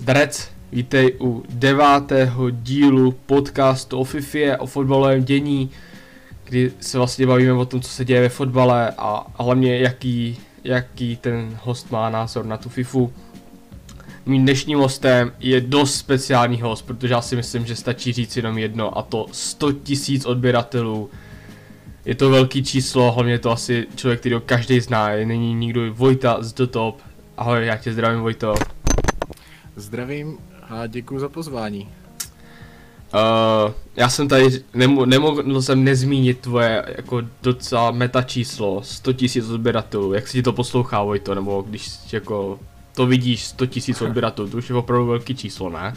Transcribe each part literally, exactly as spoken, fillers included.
Drec, vítej u devátého dílu podcastu o fifě, o fotbalovém dění, kdy se vlastně bavíme o tom, co se děje ve fotbale a hlavně jaký, jaký ten host má názor na tu fifu. Mým dnešním hostem je dost speciální host, protože já si myslím, že stačí říct jenom jedno, a to sto tisíc odběratelů. Je to velký číslo, hlavně je to asi člověk, který ho každý zná, není nikdo. Vojta z The Top. Ahoj, já tě zdravím, Vojto. Zdravím a děkuji za pozvání. Uh, já jsem tady, nemo, nemohl jsem nezmínit tvoje jako docela meta číslo, sto tisíc odběratelů. Jak se ti to poslouchá, Vojto, nebo když jako to vidíš, sto tisíc odběratelů, to už je opravdu velký číslo, ne?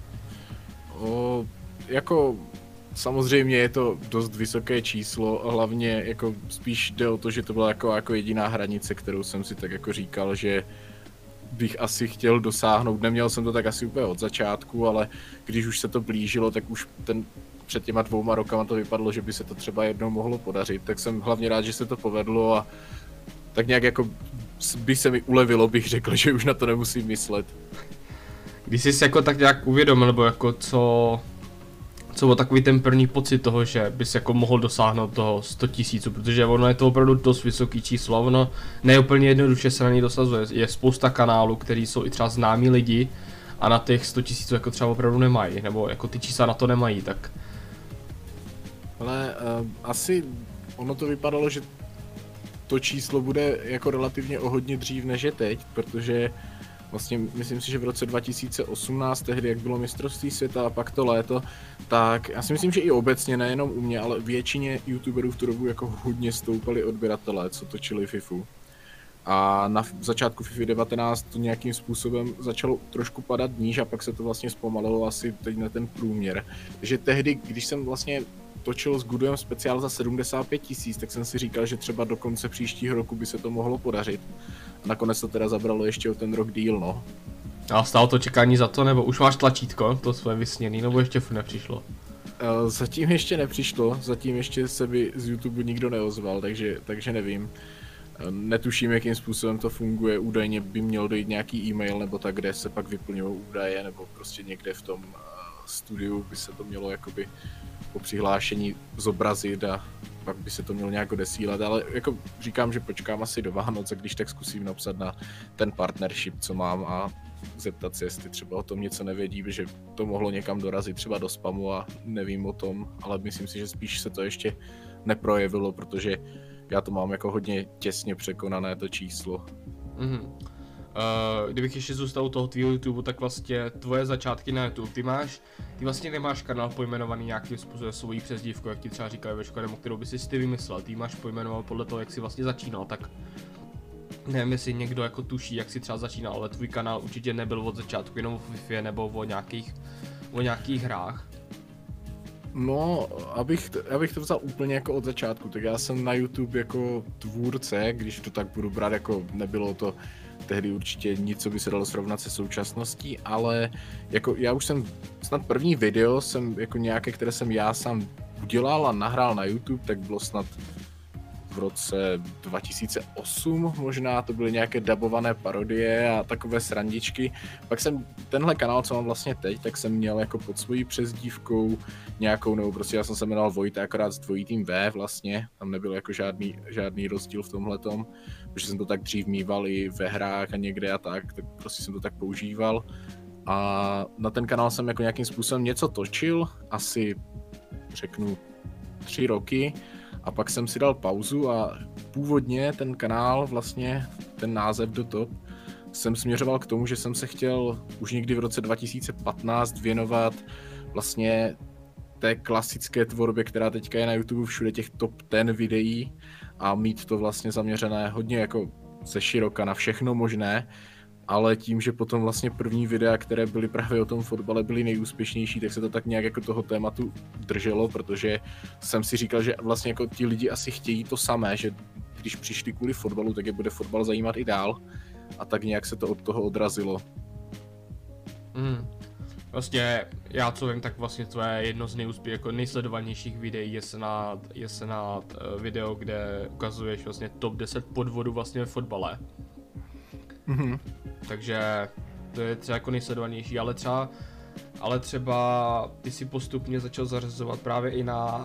O, jako samozřejmě je to dost vysoké číslo, hlavně jako spíš jde o to, že to byla jako, jako jediná hranice, kterou jsem si tak jako říkal, že bych asi chtěl dosáhnout. Neměl jsem to tak asi úplně od začátku, ale když už se to blížilo, tak už ten před těma dvouma rokama to vypadlo, že by se to třeba jednou mohlo podařit, tak jsem hlavně rád, že se to povedlo a tak nějak jako by se mi ulevilo, bych řekl, že už na to nemusím myslet. Když jsi jako tak nějak uvědomil, nebo jako co, co byl takový ten první pocit toho, že bys jako mohl dosáhnout toho sto tisíců, protože ono je to opravdu dost vysoký číslo a ono neúplně jednoduše se na něj dosazuje. Je spousta kanálů, který jsou i třeba známí lidi a na těch sto tisíců jako třeba opravdu nemají, nebo jako ty čísla na to nemají, tak... Ale uh, asi ono to vypadalo, že to číslo bude jako relativně o hodně dřív než je teď, protože vlastně myslím si, že v roce dva tisíce osmnáct, tehdy jak bylo mistrovství světa a pak to léto, tak já si myslím, že i obecně, nejenom u mě, ale většině youtuberů v tu dobu jako hodně stoupali odběratelé, co točili fifu. A na začátku FIFA devatenáct to nějakým způsobem začalo trošku padat níž a pak se to vlastně zpomalilo asi teď na ten průměr. Takže tehdy, když jsem vlastně točil s Goodem speciál za sedmdesát pět tisíc, tak jsem si říkal, že třeba do konce příštího roku by se to mohlo podařit. A nakonec to teda zabralo ještě o ten rok díl, no. A stálo to čekání za to, nebo už máš tlačítko, to své vysněný, nebo ještě furt nepřišlo? Zatím ještě nepřišlo, zatím ještě se by z YouTube nikdo neozval, takže, takže nevím. Netuším, jakým způsobem to funguje, údajně by měl dojít nějaký e-mail nebo tak, kde se pak vyplňují údaje, nebo prostě někde v tom studiu by se to mělo jakoby po přihlášení zobrazit a pak by se to mělo nějak odesílat, ale jako říkám, že počkám asi do Vánoc a když tak zkusím napsat na ten partnership, co mám a zeptat se, jestli třeba o tom něco nevědí, že to mohlo někam dorazit třeba do spamu a nevím o tom, ale myslím si, že spíš se to ještě neprojevilo, protože já to mám jako hodně těsně překonané to číslo. Mm-hmm. Uh, kdybych ještě zůstal u toho tvýho YouTube, tak vlastně tvoje začátky na YouTube, ty máš, ty vlastně nemáš kanál pojmenovaný nějakým způsobem svojí přezdívku, jak ti třeba říkali ve škole, kterou by si ty vymyslel, ty máš pojmenoval podle toho, jak jsi vlastně začínal, tak nevím, jestli někdo jako tuší, jak jsi třeba začínal, ale tvůj kanál určitě nebyl od začátku jenom o fifě nebo o nějakých, o nějakých hrách. No, abych to, abych to vzal úplně jako od začátku, tak já jsem na YouTube jako tvůrce, když to tak budu brát, jako nebylo to tehdy určitě nic, co by se dalo srovnat se současností, ale jako já už jsem, snad první video jsem jako nějaké, které jsem já sám udělal a nahrál na YouTube, tak bylo snad v roce dva tisíce osm možná, to byly nějaké dabované parodie a takové srandičky. Pak jsem tenhle kanál, co mám vlastně teď, tak jsem měl jako pod svojí přezdívkou nějakou, nebo prostě já jsem se jmenoval Vojta akorát s dvojitým V vlastně, tam nebyl jako žádný, žádný rozdíl v tomhletom, protože jsem to tak dřív mýval i ve hrách a někde a tak, tak prostě jsem to tak používal. A na ten kanál jsem jako nějakým způsobem něco točil, asi řeknu tři roky, a pak jsem si dal pauzu a původně ten kanál, vlastně ten název The Top, jsem směřoval k tomu, že jsem se chtěl už někdy v roce dva tisíce patnáct věnovat vlastně té klasické tvorbě, která teďka je na YouTube všude těch top deset videí a mít to vlastně zaměřené hodně jako ze široka na všechno možné, ale tím, že potom vlastně první videa, které byly právě o tom fotbale, byly nejúspěšnější, tak se to tak nějak jako toho tématu drželo, protože jsem si říkal, že vlastně jako ti lidi asi chtějí to samé, že když přišli kvůli fotbalu, tak je bude fotbal zajímat i dál a tak nějak se to od toho odrazilo. Mm. Vlastně já co vím, tak vlastně tvoje jedno z nejúspěch, jako nejsledovanějších videí je Senát, je Senát video, kde ukazuješ vlastně top deset podvodů vlastně v fotbale. Mm-hmm. Takže to je třeba jako nejsledovanější, ale třeba, ale třeba ty si postupně začal zařazovat právě i na,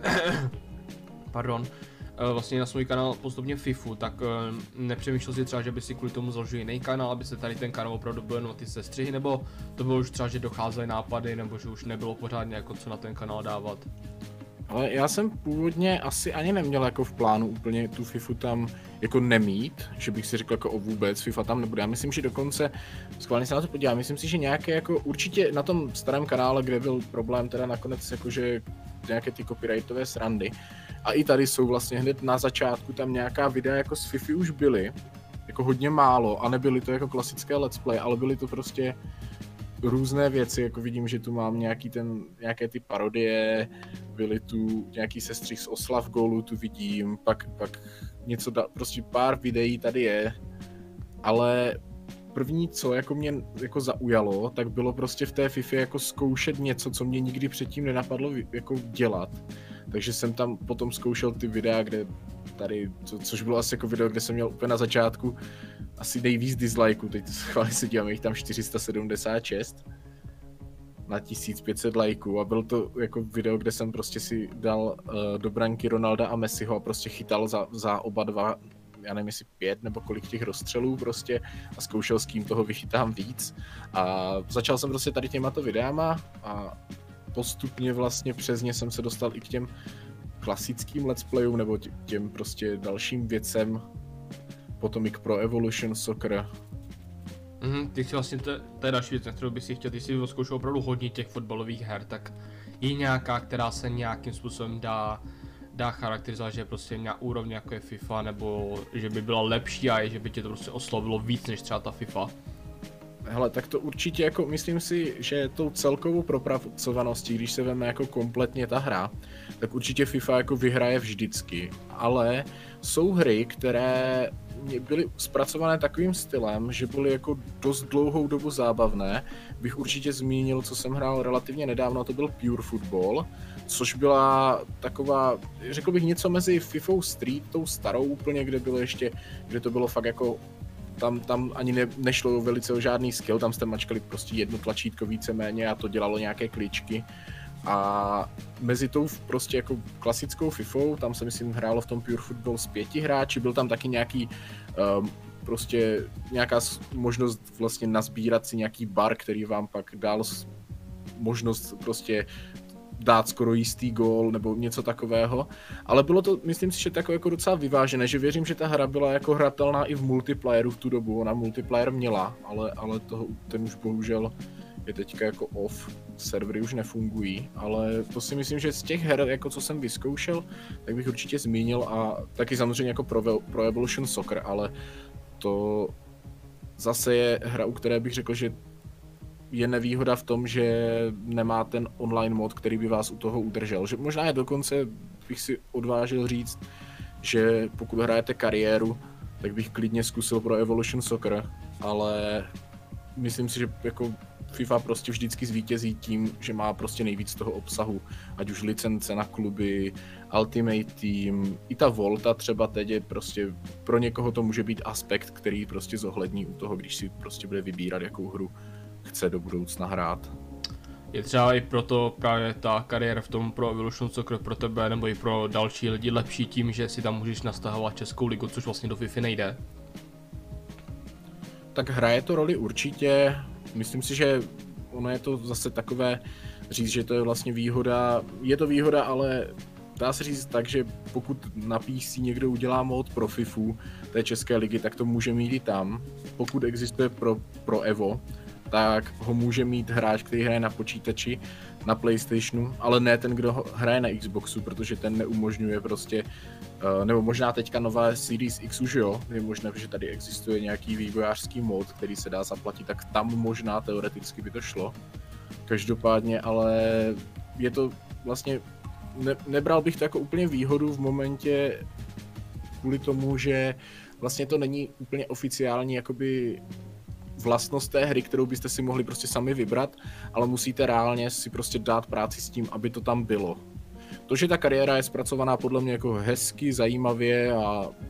pardon, vlastně na svůj kanál postupně FIFU, tak nepřemýšlel si třeba, že by si kvůli tomu založil jiný kanál, aby se tady ten kanál opravdu byl jenom ty sestřihy, nebo to bylo už třeba, že docházely nápady, nebo že už nebylo pořádně jako co na ten kanál dávat? Ale já jsem původně asi ani neměl jako v plánu úplně tu FIFU tam jako nemít, že bych si řekl jako o vůbec, FIFA tam nebude. Já myslím, že dokonce, schválně se na to podívám, myslím si, že nějaké jako určitě na tom starém kanále, kde byl problém teda nakonec jakože nějaké ty copyrightové srandy. A i tady jsou vlastně hned na začátku tam nějaká videa jako z FIFA už byly, jako hodně málo a nebyly to jako klasické let's play, ale byly to prostě různé věci, jako vidím, že tu mám nějaký ten, nějaké ty parodie, byly tu nějaký sestřih z oslav gólu, tu vidím, pak, pak něco, da, prostě pár videí tady je, ale první, co jako mě jako zaujalo, tak bylo prostě v té FIFA jako zkoušet něco, co mě nikdy předtím nenapadlo jako dělat. Takže jsem tam potom zkoušel ty videa, kde tady, co, což bylo asi jako video, kde jsem měl úplně na začátku asi nejvíc dislikeů, teď schválně se dívám, jich tam čtyři sta sedmdesát šest na tisíc pět set lajků a byl to jako video, kde jsem prostě si dal uh, do branky Ronalda a Messiho a prostě chytal za, za oba dva, já nevím jestli pět nebo kolik těch rozstřelů prostě a zkoušel s kým toho vychytám víc a začal jsem prostě tady těmato videama a postupně vlastně přes ně jsem se dostal i k těm klasickým let's playům nebo těm prostě dalším věcem, potom i k Pro Evolution Soccer. Mhm, ty si vlastně, to, to je další věc, na kterou bys si chtěl, ty si zkoušel opravdu hodně těch fotbalových her, tak je nějaká, která se nějakým způsobem dá, dá charakterizovat, že je prostě na úrovni jako je FIFA, nebo že by byla lepší a že by tě to prostě oslovilo víc než třeba ta FIFA? Hele, tak to určitě jako, myslím si, že tou celkovou propracovaností, když se veme jako kompletně ta hra, tak určitě FIFA jako vyhraje vždycky, ale jsou hry, které byly zpracované takovým stylem, že byly jako dost dlouhou dobu zábavné. Bych určitě zmínil, co jsem hrál relativně nedávno, to byl Pure Football, což byla taková, řekl bych něco mezi FIFA Street, tou starou úplně, kde bylo ještě, kde to bylo fakt jako Tam, tam ani ne, nešlo velice o žádný skill, tam jste mačkali prostě jedno tlačítko víceméně a to dělalo nějaké kličky. A mezi tou prostě jako klasickou FIFou, tam se myslím hrálo v tom Pure Football s pěti hráči, byl tam taky nějaký um, prostě nějaká možnost vlastně nazbírat si nějaký bar, který vám pak dal možnost prostě dát skoro jistý gól nebo něco takového, ale bylo to, myslím si, že takové jako docela vyvážené, že věřím, že ta hra byla jako hratelná i v multiplayeru v tu dobu, ona multiplayer měla, ale, ale toho, ten už bohužel je teďka jako off, servery už nefungují, ale to si myslím, že z těch her, jako co jsem vyzkoušel, tak bych určitě zmínil a taky samozřejmě jako Pro, Pro Evolution Soccer, ale to zase je hra, u které bych řekl, že je nevýhoda v tom, že nemá ten online mod, který by vás u toho udržel. Že možná je dokonce, bych si odvážil říct, že pokud hrajete kariéru, tak bych klidně zkusil Pro Evolution Soccer, ale myslím si, že jako FIFA prostě vždycky zvítězí tím, že má prostě nejvíc toho obsahu, ať už licence na kluby, Ultimate Team, i ta Volta třeba teď je prostě, pro někoho to může být aspekt, který prostě zohlední u toho, když si prostě bude vybírat, jakou hru chce do budoucna hrát. Je třeba i proto právě ta kariéra v tom Pro Evolution Soccer pro tebe nebo i pro další lidi lepší tím, že si tam můžeš nastahovat Českou ligu, což vlastně do FIFA nejde? Tak hraje to roli určitě. Myslím si, že ono je to zase takové říct, že to je vlastně výhoda. Je to výhoda, ale dá se říct tak, že pokud na P C někdo udělá mod pro FIFU té České ligy, tak to může mít i tam. Pokud existuje pro, pro Evo, tak ho může mít hráč, který hraje na počítači, na PlayStationu, ale ne ten, kdo hraje na Xboxu, protože ten neumožňuje prostě, nebo možná teďka nová Series X už jo, je možné, že tady existuje nějaký vývojářský mod, který se dá zaplatit, tak tam možná teoreticky by to šlo. Každopádně, ale je to vlastně, ne, nebral bych to jako úplně výhodu v momentě kvůli tomu, že vlastně to není úplně oficiální jakoby vlastnost té hry, kterou byste si mohli prostě sami vybrat, ale musíte reálně si prostě dát práci s tím, aby to tam bylo. To, že ta kariéra je zpracovaná podle mě jako hezky, zajímavě a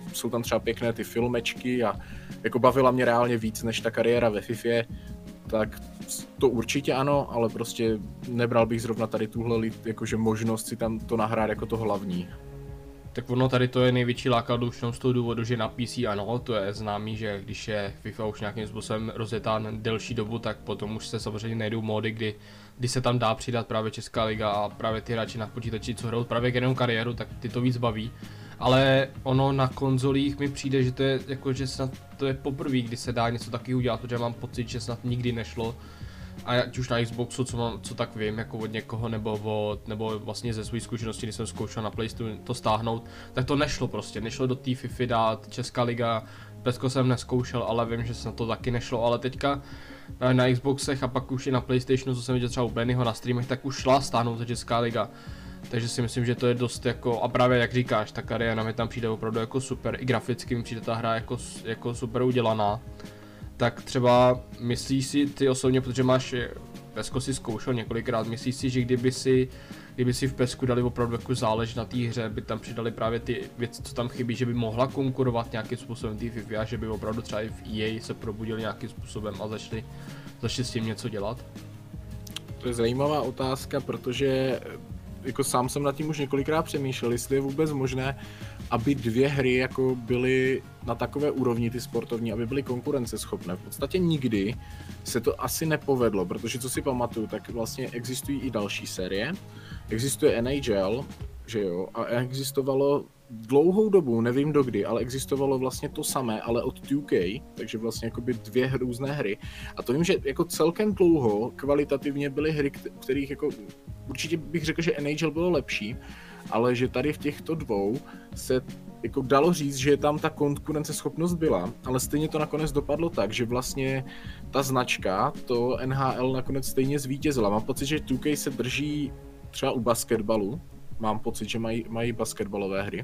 jsou tam třeba pěkné ty filmečky a jako bavila mě reálně víc než ta kariéra ve Fifě, tak to určitě ano, ale prostě nebral bych zrovna tady tuhle jakože možnost si tam to nahrát jako to hlavní. Tak ono tady to je největší lákadlo už z toho důvodu, že na P C ano, to je známý, že když je FIFA už nějakým způsobem rozjetá na delší dobu, tak potom už se samozřejmě najdou módy, kdy, kdy se tam dá přidat právě Česká liga a právě ty hráči na počítači, co hrajou právě jenom kariéru, tak ty to víc baví. Ale ono na konzolích mi přijde, že to je jako, že snad to je poprvé, kdy se dá něco takového udělat, protože mám pocit, že snad nikdy nešlo. A ať už na Xboxu, co, mám, co tak vím, jako od někoho, nebo, od, nebo vlastně ze své zkušenosti, když jsem zkoušel na PlayStation to stáhnout, tak to nešlo prostě, nešlo do té FIFA dát, Česká liga, Pesko jsem neskoušel, ale vím, že se na to taky nešlo, ale teďka na Xboxech a pak už i na PlayStationu, co jsem viděl třeba u Bennyho na streamech, tak už šla stáhnout Česká liga. Takže si myslím, že to je dost jako, a právě jak říkáš, ta kariéra mi tam přijde opravdu jako super, i graficky mi přijde ta hra jako, jako super udělaná. Tak třeba myslíš si ty osobně, protože máš Pesko si zkoušel několikrát, myslíš si, že kdyby si, kdyby si v Pesku dali opravdu jako záleží na té hře, by tam přidali právě ty věci, co tam chybí, že by mohla konkurovat nějakým způsobem té FIFA, že by opravdu třeba i v E A se probudili nějakým způsobem a začali, začali s tím něco dělat? To je zajímavá otázka, protože jako sám jsem nad tím už několikrát přemýšlel, jestli je vůbec možné, aby dvě hry jako byly na takové úrovni ty sportovní, aby byly konkurenceschopné. V podstatě nikdy se to asi nepovedlo, protože co si pamatuju, tak vlastně existují i další série. Existuje N H L, že jo, a existovalo dlouhou dobu, nevím dokdy, ale existovalo vlastně to samé, ale od two K, takže vlastně jakoby dvě různé hry. A to vím, že jako celkem dlouho kvalitativně byly hry, kterých jako určitě bych řekl, že N H L bylo lepší, ale že tady v těchto dvou se jako dalo říct, že tam ta konkurenceschopnost byla, ale stejně to nakonec dopadlo tak, že vlastně ta značka, to N H L nakonec stejně zvítězila. Mám pocit, že two K se drží třeba u basketbalu, mám pocit, že mají, mají basketbalové hry,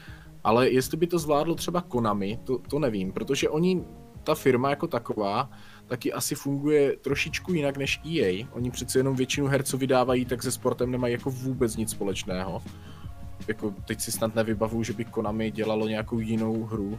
ale jestli by to zvládlo třeba Konami, to, to nevím, protože oni, ta firma jako taková, taky asi funguje trošičku jinak než E A. Oni přece jenom většinu her, co vydávají, tak se sportem nemají jako vůbec nic společného. Jako teď si snad nevybavuju, že by Konami dělalo nějakou jinou hru.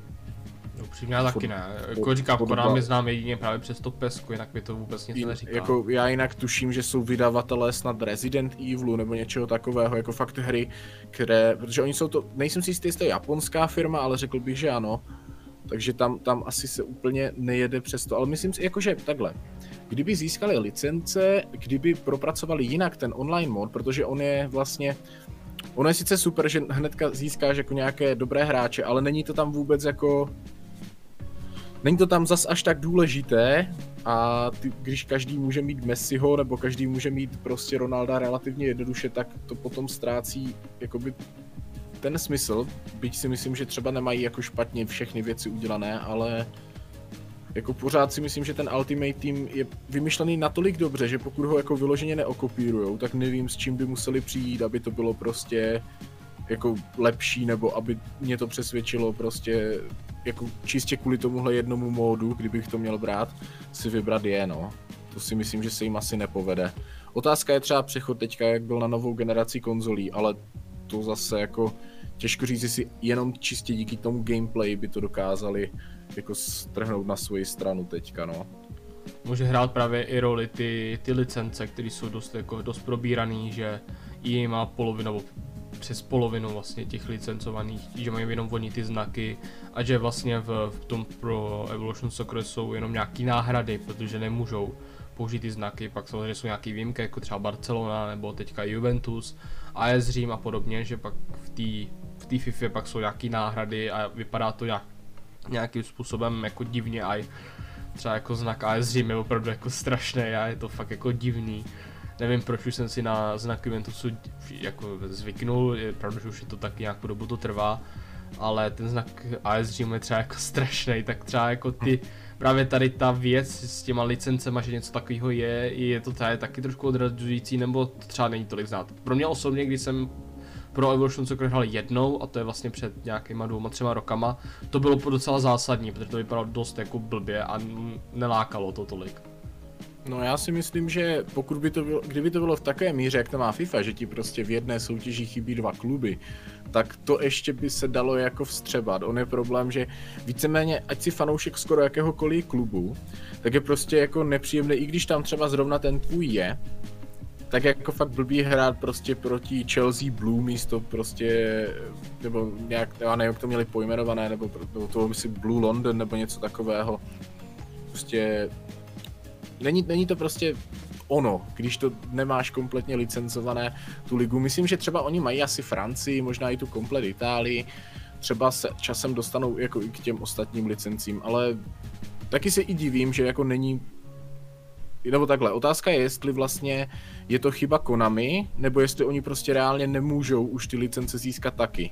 Upřímně taky ne. Jako říkám, Konami znám jedině právě přes to Pesku, jinak by to vůbec nic neříká. Jako já jinak tuším, že jsou vydavatelé snad Resident Evilu nebo něčeho takového, jako fakt hry, které, protože oni jsou to, nejsem si jistý, jestli to je japonská firma, ale řekl bych, že ano. Takže tam, tam asi se úplně nejede přes to, ale myslím si, jakože takhle. Kdyby získali licence, kdyby propracovali jinak ten online mod, protože on je vlastně, ono je sice super, že hnedka získáš jako nějaké dobré hráče, ale není to tam vůbec jako, není to tam zas až tak důležité a ty, když každý může mít Messiho nebo každý může mít prostě Ronalda relativně jednoduše, tak to potom ztrácí jakoby ten smysl, byť si myslím, že třeba nemají jako špatně všechny věci udělané, ale jako pořád si myslím, že ten Ultimate Team je vymyšlený natolik dobře, že pokud ho jako vyloženě neokopírujou, tak nevím, s čím by museli přijít, aby to bylo prostě jako lepší, nebo aby mě to přesvědčilo prostě jako čistě kvůli tomuhle jednomu módu, kdybych to měl brát, si vybrat je, no. To si myslím, že se jim asi nepovede. Otázka je třeba přechod teďka, jak byl na novou generaci konzolí, ale to zase jako těžko říct, jestli jenom čistě díky tomu gameplay by to dokázali jako strhnout na svoji stranu teďka, no. Může hrát právě i roli ty, ty licence, které jsou dost, jako, dost probíraný, že E A má polovinu, nebo přes polovinu vlastně těch licencovaných, že mají jenom oni ty znaky a že vlastně v, v tom Pro Evolution Soccer jsou jenom nějaký náhrady, protože nemůžou použít ty znaky, pak samozřejmě jsou nějaký výjimky, jako třeba Barcelona nebo teďka Juventus, A S Řím a podobně, že pak v té v té FIFA pak jsou nějaký náhrady a vypadá to nějak, nějakým způsobem jako divně a třeba jako znak A S Řím je opravdu jako strašný a je to fakt jako divný. Nevím, proč už jsem si na znak Juventusu jako zvyknul, je pravda, že už je to taky nějakou dobu to trvá, ale ten znak A S Řím je třeba jako strašný, tak třeba jako ty, právě tady ta věc s těma licencema, že něco takového je, je to tady taky trošku odrazující, nebo to třeba není tolik znát. Pro mě osobně, když jsem Pro Evolution Soccer hrál jednou, a to je vlastně před nějakýma dvouma, třema rokama, to bylo docela zásadní, protože to vypadalo dost jako blbě a nelákalo to tolik. No já si myslím, že pokud by to bylo, kdyby to bylo v takové míře, jak to má FIFA, že ti prostě v jedné soutěži chybí dva kluby, tak to ještě by se dalo jako vstřebat. On je problém, že víceméně, ať si fanoušek skoro jakéhokoliv klubu, tak je prostě jako nepříjemné, i když tam třeba zrovna ten tvůj je, tak jako fakt blbý hrát prostě proti Chelsea Blue místo prostě, nebo nějak, já nevím, jak to měli pojmenované, nebo, nebo to myslím Blue London, nebo něco takového. Prostě Není, není to prostě ono, když to nemáš kompletně licencované tu ligu. Myslím, že třeba oni mají asi Francii, možná i tu komplet Itálii, třeba se časem dostanou jako i k těm ostatním licencím, ale taky se i divím, že jako není, nebo takhle, otázka je, jestli vlastně je to chyba Konami, nebo jestli oni prostě reálně nemůžou už ty licence získat taky.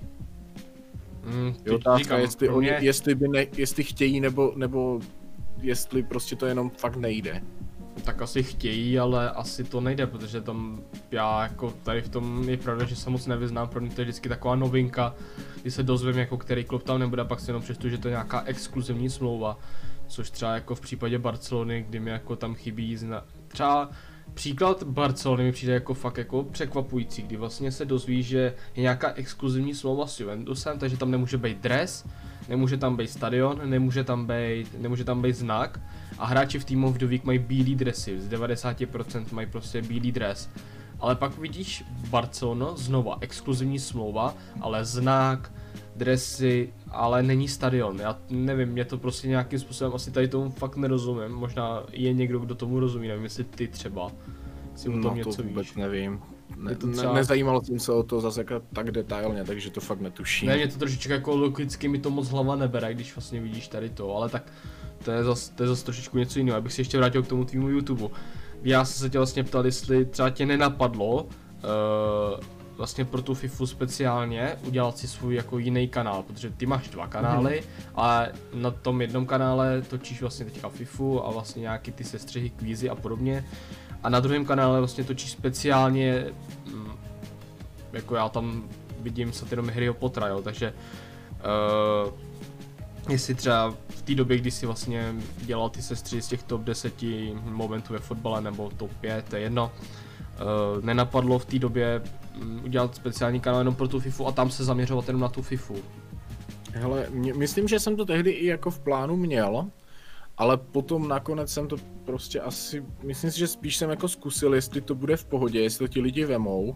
Mm, je otázka, říkám, jestli, oni, mě... jestli, by ne, jestli chtějí, nebo, nebo jestli prostě to jenom fakt nejde. Tak asi chtějí, ale asi to nejde, protože tam já jako tady v tom je pravda, že se moc nevyznám, pro mě to je vždycky taková novinka, kdy se dozvím, jako který klub tam nebude, pak si jenom přečtu, že to je nějaká exkluzivní smlouva, což třeba jako v případě Barcelony, kdy mi jako tam chybí zna... třeba příklad Barcelony mi přijde jako fakt jako překvapující, kdy vlastně se dozví, že je nějaká exkluzivní smlouva s Juventusem, takže tam nemůže být dres, nemůže tam být stadion, nemůže tam být, nemůže tam být znak a hráči v týmu v Dovík mají bílý dresy, z devadesát procent mají prostě bílý dres. Ale pak vidíš Barcelona, znova exkluzivní smlouva, ale znak, dresy, ale není stadion. Já nevím, mě to prostě nějakým způsobem asi tady tomu fakt nerozumím. Možná je někdo, kdo tomu rozumí, nevím, jestli ty třeba si o tom no, něco to vůbec víš. nevím. Ne, to třeba... ne, nezajímalo jsem se o to zase tak detailně, takže to fakt netuším. Ne, mě to trošičku jako logicky mi to moc hlava nebere, když vlastně vidíš tady to, ale tak to je zase zas trošičku něco jiného. Abych se ještě vrátil k tomu tvýmu YouTube. Já jsem se tě vlastně ptal, jestli třeba tě nenapadlo uh, vlastně pro tu FIFU speciálně udělat si svůj jako jiný kanál, protože ty máš dva kanály mm. a na tom jednom kanále točíš vlastně teďka FIFU a vlastně nějaký ty sestřihy, kvízy a podobně. A na druhém kanále vlastně točíš speciálně, hm, jako já tam vidím se jenom Harryho Pottera, jo, takže uh, jestli třeba v té době, kdy jsi vlastně dělal ty sestřihy z těch top deset momentů ve fotbale nebo top pět, to je jedno, uh, nenapadlo v té době um, udělat speciální kanál jenom pro tu FIFU a tam se zaměřovat jenom na tu FIFU. Hele, mě, myslím, že jsem to tehdy i jako v plánu měl, ale potom nakonec jsem to prostě asi, myslím si, že spíš jsem jako zkusil, jestli to bude v pohodě, jestli to ti lidi vemou.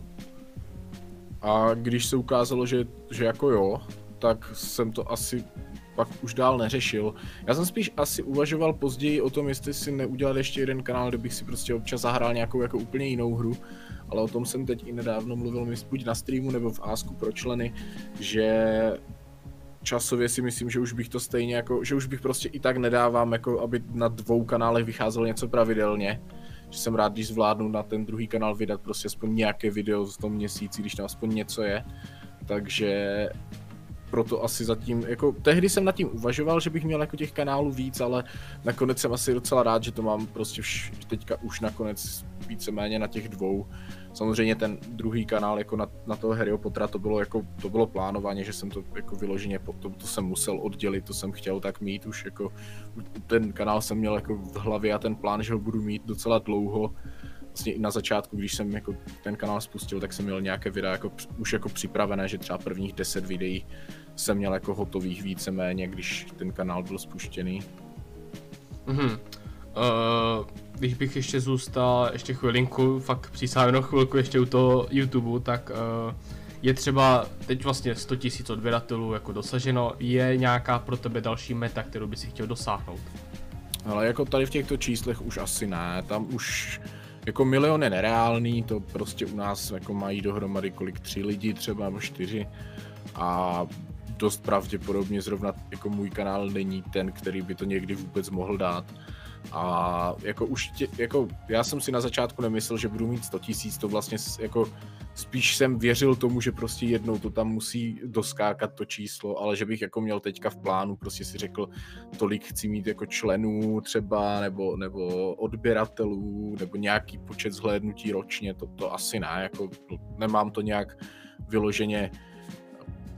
A když se ukázalo, že, že jako jo, tak jsem to asi pak už dál neřešil. Já jsem spíš asi uvažoval později o tom, jestli si neudělat ještě jeden kanál, kde bych si prostě občas zahrál nějakou jako úplně jinou hru, ale o tom jsem teď i nedávno mluvil, buď na streamu nebo v Asku pro členy, že časově si myslím, že už bych to stejně jako, že už bych prostě i tak nedávám, jako aby na dvou kanálech vycházelo něco pravidelně. Že jsem rád, když zvládnu na ten druhý kanál vydat prostě aspoň nějaké video v tom měsíci, když tam aspoň něco je. Takže proto asi zatím, jako tehdy jsem nad tím uvažoval, že bych měl jako těch kanálů víc, ale nakonec jsem asi docela rád, že to mám prostě vš, teďka už nakonec víceméně na těch dvou. Samozřejmě ten druhý kanál jako na, na toho Harryho Pottera to bylo jako, to bylo plánování, že jsem to jako vyloženě, to, to jsem musel oddělit, to jsem chtěl tak mít už jako, ten kanál jsem měl jako v hlavě a ten plán, že ho budu mít docela dlouho. Vlastně i na začátku, když jsem jako ten kanál spustil, tak jsem měl nějaké videa jako, už jako připravené, že třeba prvních deset videí jsem měl jako hotových víceméně, když ten kanál byl spuštěný. Mhm. Uh, když bych ještě zůstal ještě chvilinku, fakt přísahám jenom chvilku ještě u toho YouTube, tak uh, je třeba teď vlastně sto tisíc odběratelů jako dosaženo, je nějaká pro tebe další meta, kterou by si chtěl dosáhnout? Ale jako tady v těchto číslech už asi ne, tam už jako milion je nereálný, to prostě u nás jako mají dohromady kolik, tři lidi třeba nebo čtyři a dost pravděpodobně zrovna jako můj kanál není ten, který by to někdy vůbec mohl dát. A jako už tě, jako já jsem si na začátku nemyslel, že budu mít sto tisíc, to vlastně jako spíš jsem věřil tomu, že prostě jednou to tam musí doskákat to číslo, ale že bych jako měl teďka v plánu, prostě si řekl, tolik chci mít jako členů třeba, nebo, nebo odběratelů, nebo nějaký počet zhlédnutí ročně, to, to asi ne, jako nemám to nějak vyloženě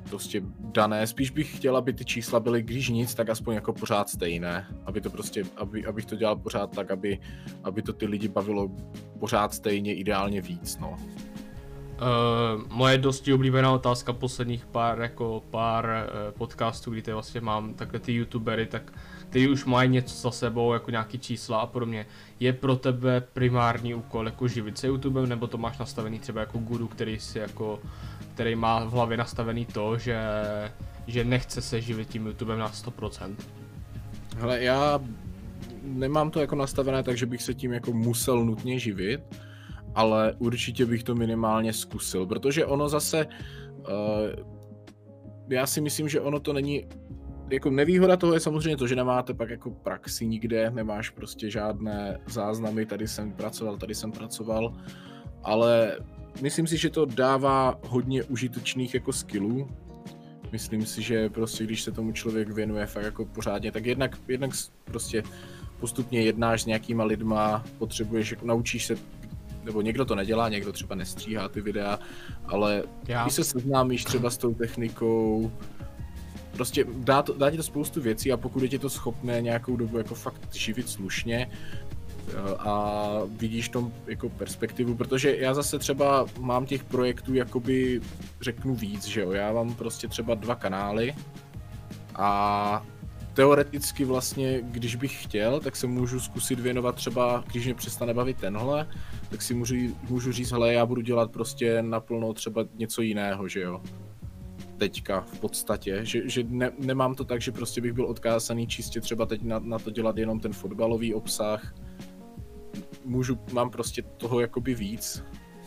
prostě dané. Spíš bych chtěl, aby ty čísla byly, když nic, tak aspoň jako pořád stejné. Aby to prostě, aby, abych to dělal pořád tak, aby, aby to ty lidi bavilo pořád stejně, ideálně víc, no. Uh, moje dosti oblíbená otázka posledních pár, jako pár uh, podcastů, kdy vlastně mám takhle ty youtubery, tak ty už mají něco za sebou, jako nějaký čísla a podobně. Je pro tebe primární úkol jako živit se YouTubem, nebo to máš nastavený třeba jako guru, který si jako, který má v hlavě nastavený to, že, že nechce se živit tím YouTubem na sto procent? Hele, já nemám to jako nastavené tak, že bych se tím jako musel nutně živit, ale určitě bych to minimálně zkusil, protože ono zase, uh, já si myslím, že ono to není, jako nevýhoda toho je samozřejmě to, že nemáte pak jako praxi nikde, nemáš prostě žádné záznamy, tady jsem pracoval, tady jsem pracoval, ale myslím si, že to dává hodně užitečných jako skillů. Myslím si, že prostě když se tomu člověk věnuje fakt jako pořádně, tak jednak, jednak prostě postupně jednáš s nějakýma lidma, potřebuješ, jako naučíš se, nebo někdo to nedělá, někdo třeba nestříhá ty videa, ale Já. když se seznámíš třeba s tou technikou, prostě dá, to, dá ti to spoustu věcí a pokud je ti to schopné nějakou dobu jako fakt živit slušně a vidíš tom jako perspektivu, protože já zase třeba mám těch projektů jakoby řeknu víc, že jo, já mám prostě třeba dva kanály a teoreticky vlastně, když bych chtěl, tak se můžu zkusit věnovat třeba, když mě přestane bavit tenhle, tak si můžu, můžu říct, hele, já budu dělat prostě naplno třeba něco jiného, že jo. Teďka v podstatě, že, že ne, nemám to tak, že prostě bych byl odkázaný čistě třeba teď na, na to dělat jenom ten fotbalový obsah. Můžu, mám prostě toho jakoby víc.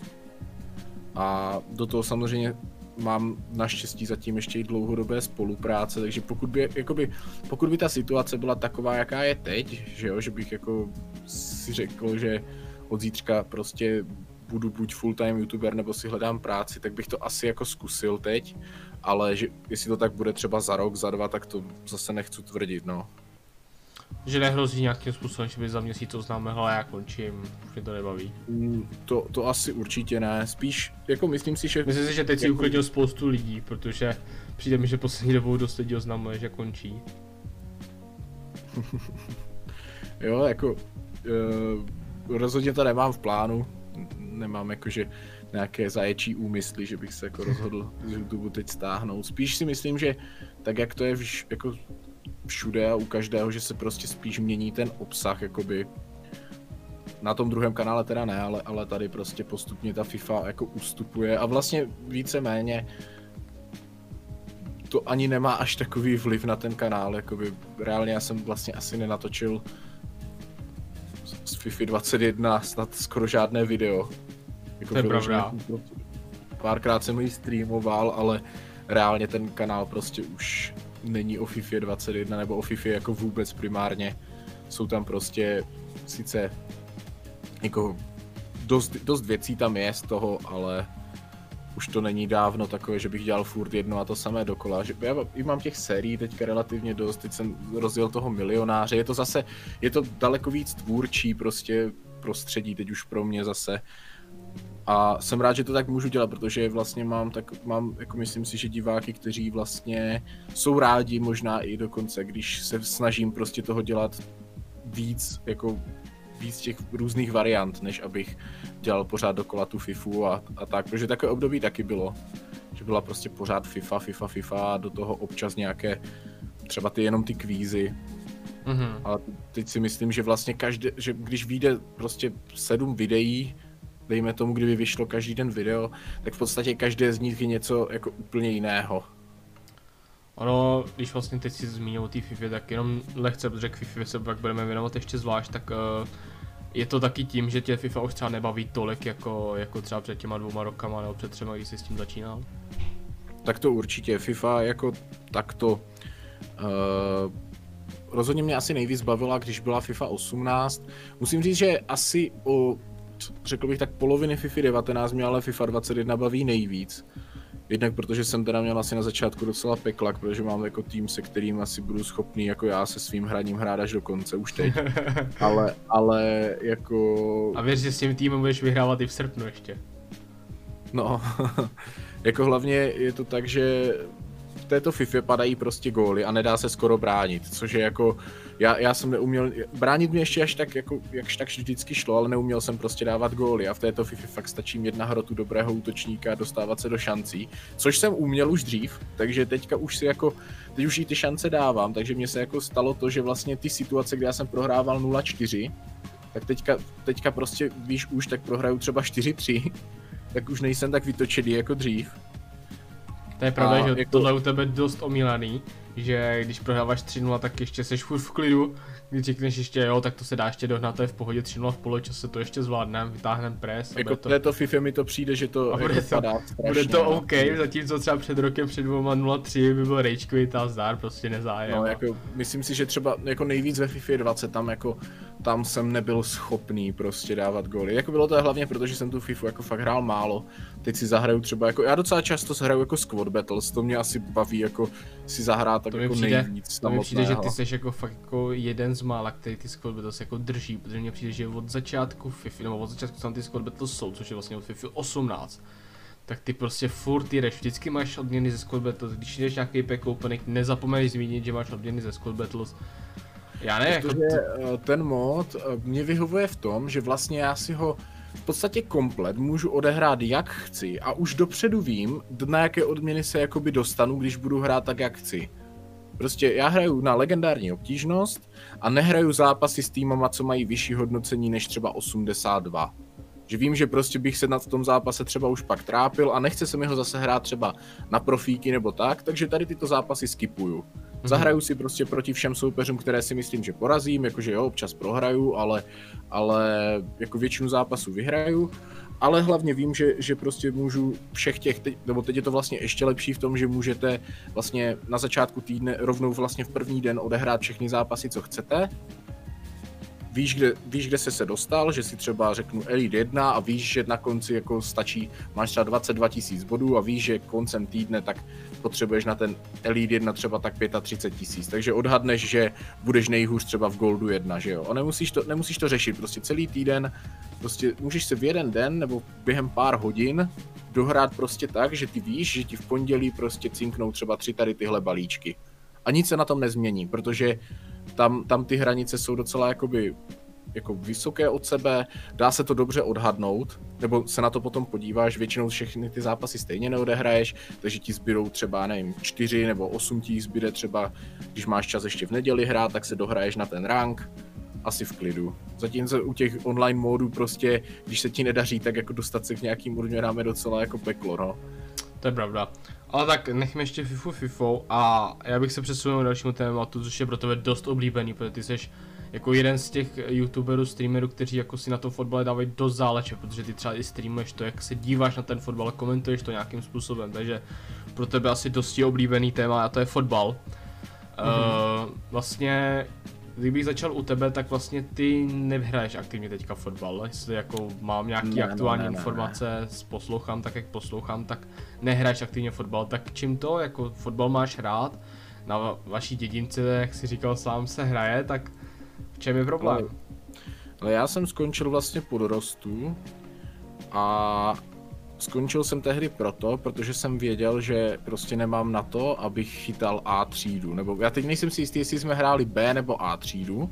A do toho samozřejmě mám naštěstí zatím ještě i dlouhodobé spolupráce, takže pokud by, jakoby, pokud by ta situace byla taková, jaká je teď, že jo, že bych jako si řekl, že od zítřka prostě budu buď full-time youtuber, nebo si hledám práci, tak bych to asi jako zkusil teď, ale že jestli to tak bude třeba za rok, za dva, tak to zase nechci tvrdit, no. Že nehrozí nějakým způsobem, že by za měsíc oznáme, hele, já končím, už mě to nebaví. To, to asi určitě ne, spíš, jako myslím si, že... Myslím si, že teď si jako... uklidil spoustu lidí, protože přijde mi, že poslední dobou dost lidí oznamuje, že končí. Jo, jako, uh, rozhodně to nemám v plánu, nemám jakože nějaké zaječí úmysly, že bych se jako rozhodl z YouTube teď stáhnout. Spíš si myslím, že tak jak to je vš, jako všude a u každého, že se prostě spíš mění ten obsah, jakoby na tom druhém kanále teda ne, ale, ale tady prostě postupně ta FIFA jako ustupuje a vlastně víceméně to ani nemá až takový vliv na ten kanál, jakoby reálně já jsem vlastně asi nenatočil z FIFA dvacet jedna snad skoro žádné video. Jako to je pravda. Párkrát jsem ji streamoval, ale reálně ten kanál prostě už není o FIFA dvacet jedna nebo o FIFA jako vůbec primárně. Jsou tam prostě sice jako dost, dost věcí tam je z toho, ale už to není dávno takové, že bych dělal furt jedno a to samé dokola. Že já i mám těch sérií teďka relativně dost, teď jsem rozjel toho milionáře, je to zase, je to daleko víc tvůrčí prostě prostředí teď už pro mě zase. A jsem rád, že to tak můžu dělat, protože vlastně mám tak, mám, jako myslím si, že diváky, kteří vlastně jsou rádi možná i dokonce, když se snažím prostě toho dělat víc, jako víc těch různých variant, než abych dělal pořád dokola tu FIFU a, a tak, protože takové období taky bylo, že byla prostě pořád FIFA, FIFA, FIFA a do toho občas nějaké, třeba ty jenom ty kvízy. Mm-hmm. Ale teď si myslím, že vlastně každý, že když vyjde prostě sedm videí, dejme tomu, kdyby vyšlo každý den video, tak v podstatě každé z nich je něco jako úplně jiného. Ono, když vlastně teď si zmínil o té FIFA, tak jenom lehce, protože k FIFA se pak budeme věnovat ještě zvlášť, tak uh, je to taky tím, že tě FIFA už třeba nebaví tolik jako, jako třeba před těma dvouma rokama nebo před třema, když jsi s tím začínal? Tak to určitě, FIFA jako takto uh, rozhodně mě asi nejvíc bavila, když byla FIFA osmnáct. Musím říct, že asi o, řekl bych tak, poloviny FIFA devatenáct mě ale FIFA dvacet jedna baví nejvíc. Jednak protože jsem teda měl asi na začátku docela peklak, protože mám jako tým, se kterým asi budu schopný jako já se svým hraním hrát až do konce už teď. ale, ale jako... A věř, že s tím týmem budeš vyhrávat i v srpnu ještě. No, jako hlavně je to tak, že v této FIFA padají prostě góly a nedá se skoro bránit, což je jako, já, já jsem neuměl, bránit mě ještě až tak, jako, jakž tak vždycky šlo, ale neuměl jsem prostě dávat góly a v této FIFA fakt stačí mít na hrotu dobrého útočníka a dostávat se do šancí, což jsem uměl už dřív, takže teďka už si jako, teď už i ty šance dávám, takže mně se jako stalo to, že vlastně ty situace, kde já jsem prohrával nula čtyři, tak teďka, teďka prostě, víš už, tak prohraju třeba čtyři tři, tak už nejsem tak vytočený jako dřív. To je pravda, A že jako... tohle u tebe dost omílaný, že když prohráváš tři nula, tak ještě seš furt v klidu, když řekneš ještě jo, tak to se dá ještě dohnat, to je v pohodě tři nula v poločase, to ještě zvládneme, vytáhneme pres. Jako to... této FIFA mi to přijde, že to, a bude jako to, padá bude to OK, zatímco třeba před rokem, před dvěma nula tři by byl rejčkový zdár, prostě nezájem. No, jako, myslím si, že třeba jako nejvíc ve FIFA dvacet, tam jako, tam jsem nebyl schopný prostě dávat góly. Jako bylo to hlavně proto, že jsem tu FIFU jako fakt hrál málo. Teď si zahraju třeba jako, já docela často hraju jako Squad Battles, to mě asi baví jako si zahrát tak to jako přijde, nejvíc to mi přijde, že ty samotného. jsi jako fakt jako jeden z mála, který ty Squad Battles jako drží, protože mně přijde, že od začátku FIFA, nebo od začátku tam ty Squad Battles jsou, což je vlastně od FIFA osmnáct. Tak ty prostě furt jedeš, vždycky máš odměny ze Squad Battles, když jdeš nějaký pack opening, nezapomeň zmínit, že máš odměny ze Squad Battles. Já ne, jako Protože ten mod mě vyhovuje v tom, že vlastně já si ho v podstatě komplet můžu odehrát jak chci a už dopředu vím, na jaké odměny se jakoby dostanu, když budu hrát tak jak chci. Prostě já hraju na legendární obtížnost a nehraju zápasy s týmama, co mají vyšší hodnocení než třeba osmdesát dva. Že vím, že prostě bych se na tom zápase třeba už pak trápil a nechce se mi ho zase hrát třeba na profíky nebo tak, takže tady tyto zápasy skipuju. Zahraju si prostě proti všem soupeřům, které si myslím, že porazím, jakože jo, občas prohraju, ale, ale jako většinu zápasů vyhraju. Ale hlavně vím, že, že prostě můžu všech těch, teď, nebo teď je to vlastně ještě lepší v tom, že můžete vlastně na začátku týdne rovnou vlastně v první den odehrát všechny zápasy, co chcete. Víš kde, víš, kde jsi se dostal, že si třeba řeknu Elite jedna a víš, že na konci jako stačí, máš třeba dvacet dva tisíc bodů a víš, že koncem týdne tak potřebuješ na ten Elite jedna třeba tak třicet pět tisíc, takže odhadneš, že budeš nejhůř třeba v Goldu jedna, že jo, a nemusíš to, nemusíš to řešit, prostě celý týden, prostě můžeš se v jeden den nebo během pár hodin dohrát prostě tak, že ty víš, že ti v pondělí prostě cinknou třeba tři tady tyhle balíčky a nic se na tom nezmění, protože Tam, tam ty hranice jsou docela jakoby, jako vysoké od sebe, dá se to dobře odhadnout, nebo se na to potom podíváš, většinou všechny ty zápasy stejně neodehraješ, takže ti zbydou třeba, nevím, čtyři nebo osm ti zbyde třeba, když máš čas ještě v neděli hrát, tak se dohraješ na ten rank, asi v klidu. Zatímco u těch online módů prostě, když se ti nedaří, tak jako dostat se k nějakým odměnám je docela jako peklo, no. To je pravda. Ale tak nechme ještě FIFU FIFou a já bych se přesunul k dalšímu tématu, což je pro tebe dost oblíbený, protože ty jsi jako jeden z těch youtuberů, streamerů, kteří jako si na tom fotbale dávají dost záležet, protože ty třeba i streamuješ to, jak se díváš na ten fotbal, komentuješ to nějakým způsobem, takže pro tebe asi dosti oblíbený téma a to je fotbal. Mm-hmm. Uh, vlastně, kdybych začal u tebe, tak vlastně ty nehraješ aktivně teďka fotbal, jestli jako mám nějaký ne, aktuální ne, ne, informace, ne. poslouchám tak, jak poslouchám, tak nehraješ aktivně fotbal, tak čím to, jako fotbal máš hrát, na vaší dědince, jak si říkal sám, se hraje, tak v čem je problém? Ale, ale já jsem skončil vlastně po dorostu a skončil jsem tehdy proto, protože jsem věděl, že prostě nemám na to, abych chytal A třídu, nebo já teď nejsem si jistý, jestli jsme hráli B nebo A třídu.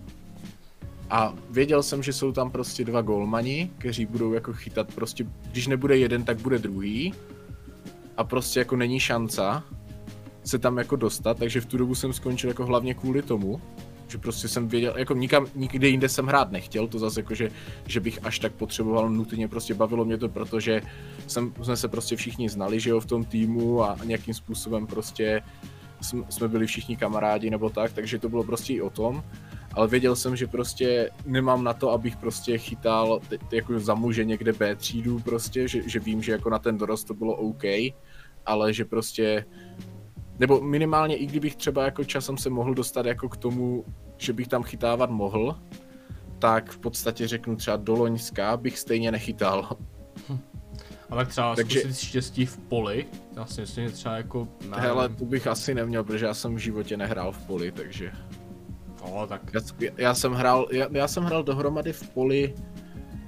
A věděl jsem, že jsou tam prostě dva golmani, kteří budou jako chytat prostě, když nebude jeden, tak bude druhý. A prostě jako není šanca se tam jako dostat, takže v tu dobu jsem skončil jako hlavně kvůli tomu, že prostě jsem věděl, jako nikam, nikde jinde jsem hrát nechtěl, to zase jako, že, že bych až tak potřeboval nutně, prostě bavilo mě to, protože jsem, jsme se prostě všichni znali, že jo, v tom týmu a nějakým způsobem prostě jsme, jsme byli všichni kamarádi nebo tak, takže to bylo prostě i o tom, ale věděl jsem, že prostě nemám na to, abych prostě chytal t- t- jako za muže někde B třídu prostě, že, že vím, že jako na ten dorost to bylo OK, ale že prostě nebo minimálně i kdybych třeba jako časem se mohl dostat jako k tomu, že bych tam chytávat mohl, tak v podstatě řeknu třeba do Loňska bych stejně nechytal. Hm. A tak třeba Takže... zkusit štěstí v poli, já si myslím, že třeba jako... Ne, hele, to bych asi neměl, protože já jsem v životě nehrál v poli, takže... O, tak... Já, já jsem hrál, já, já jsem hrál dohromady v poli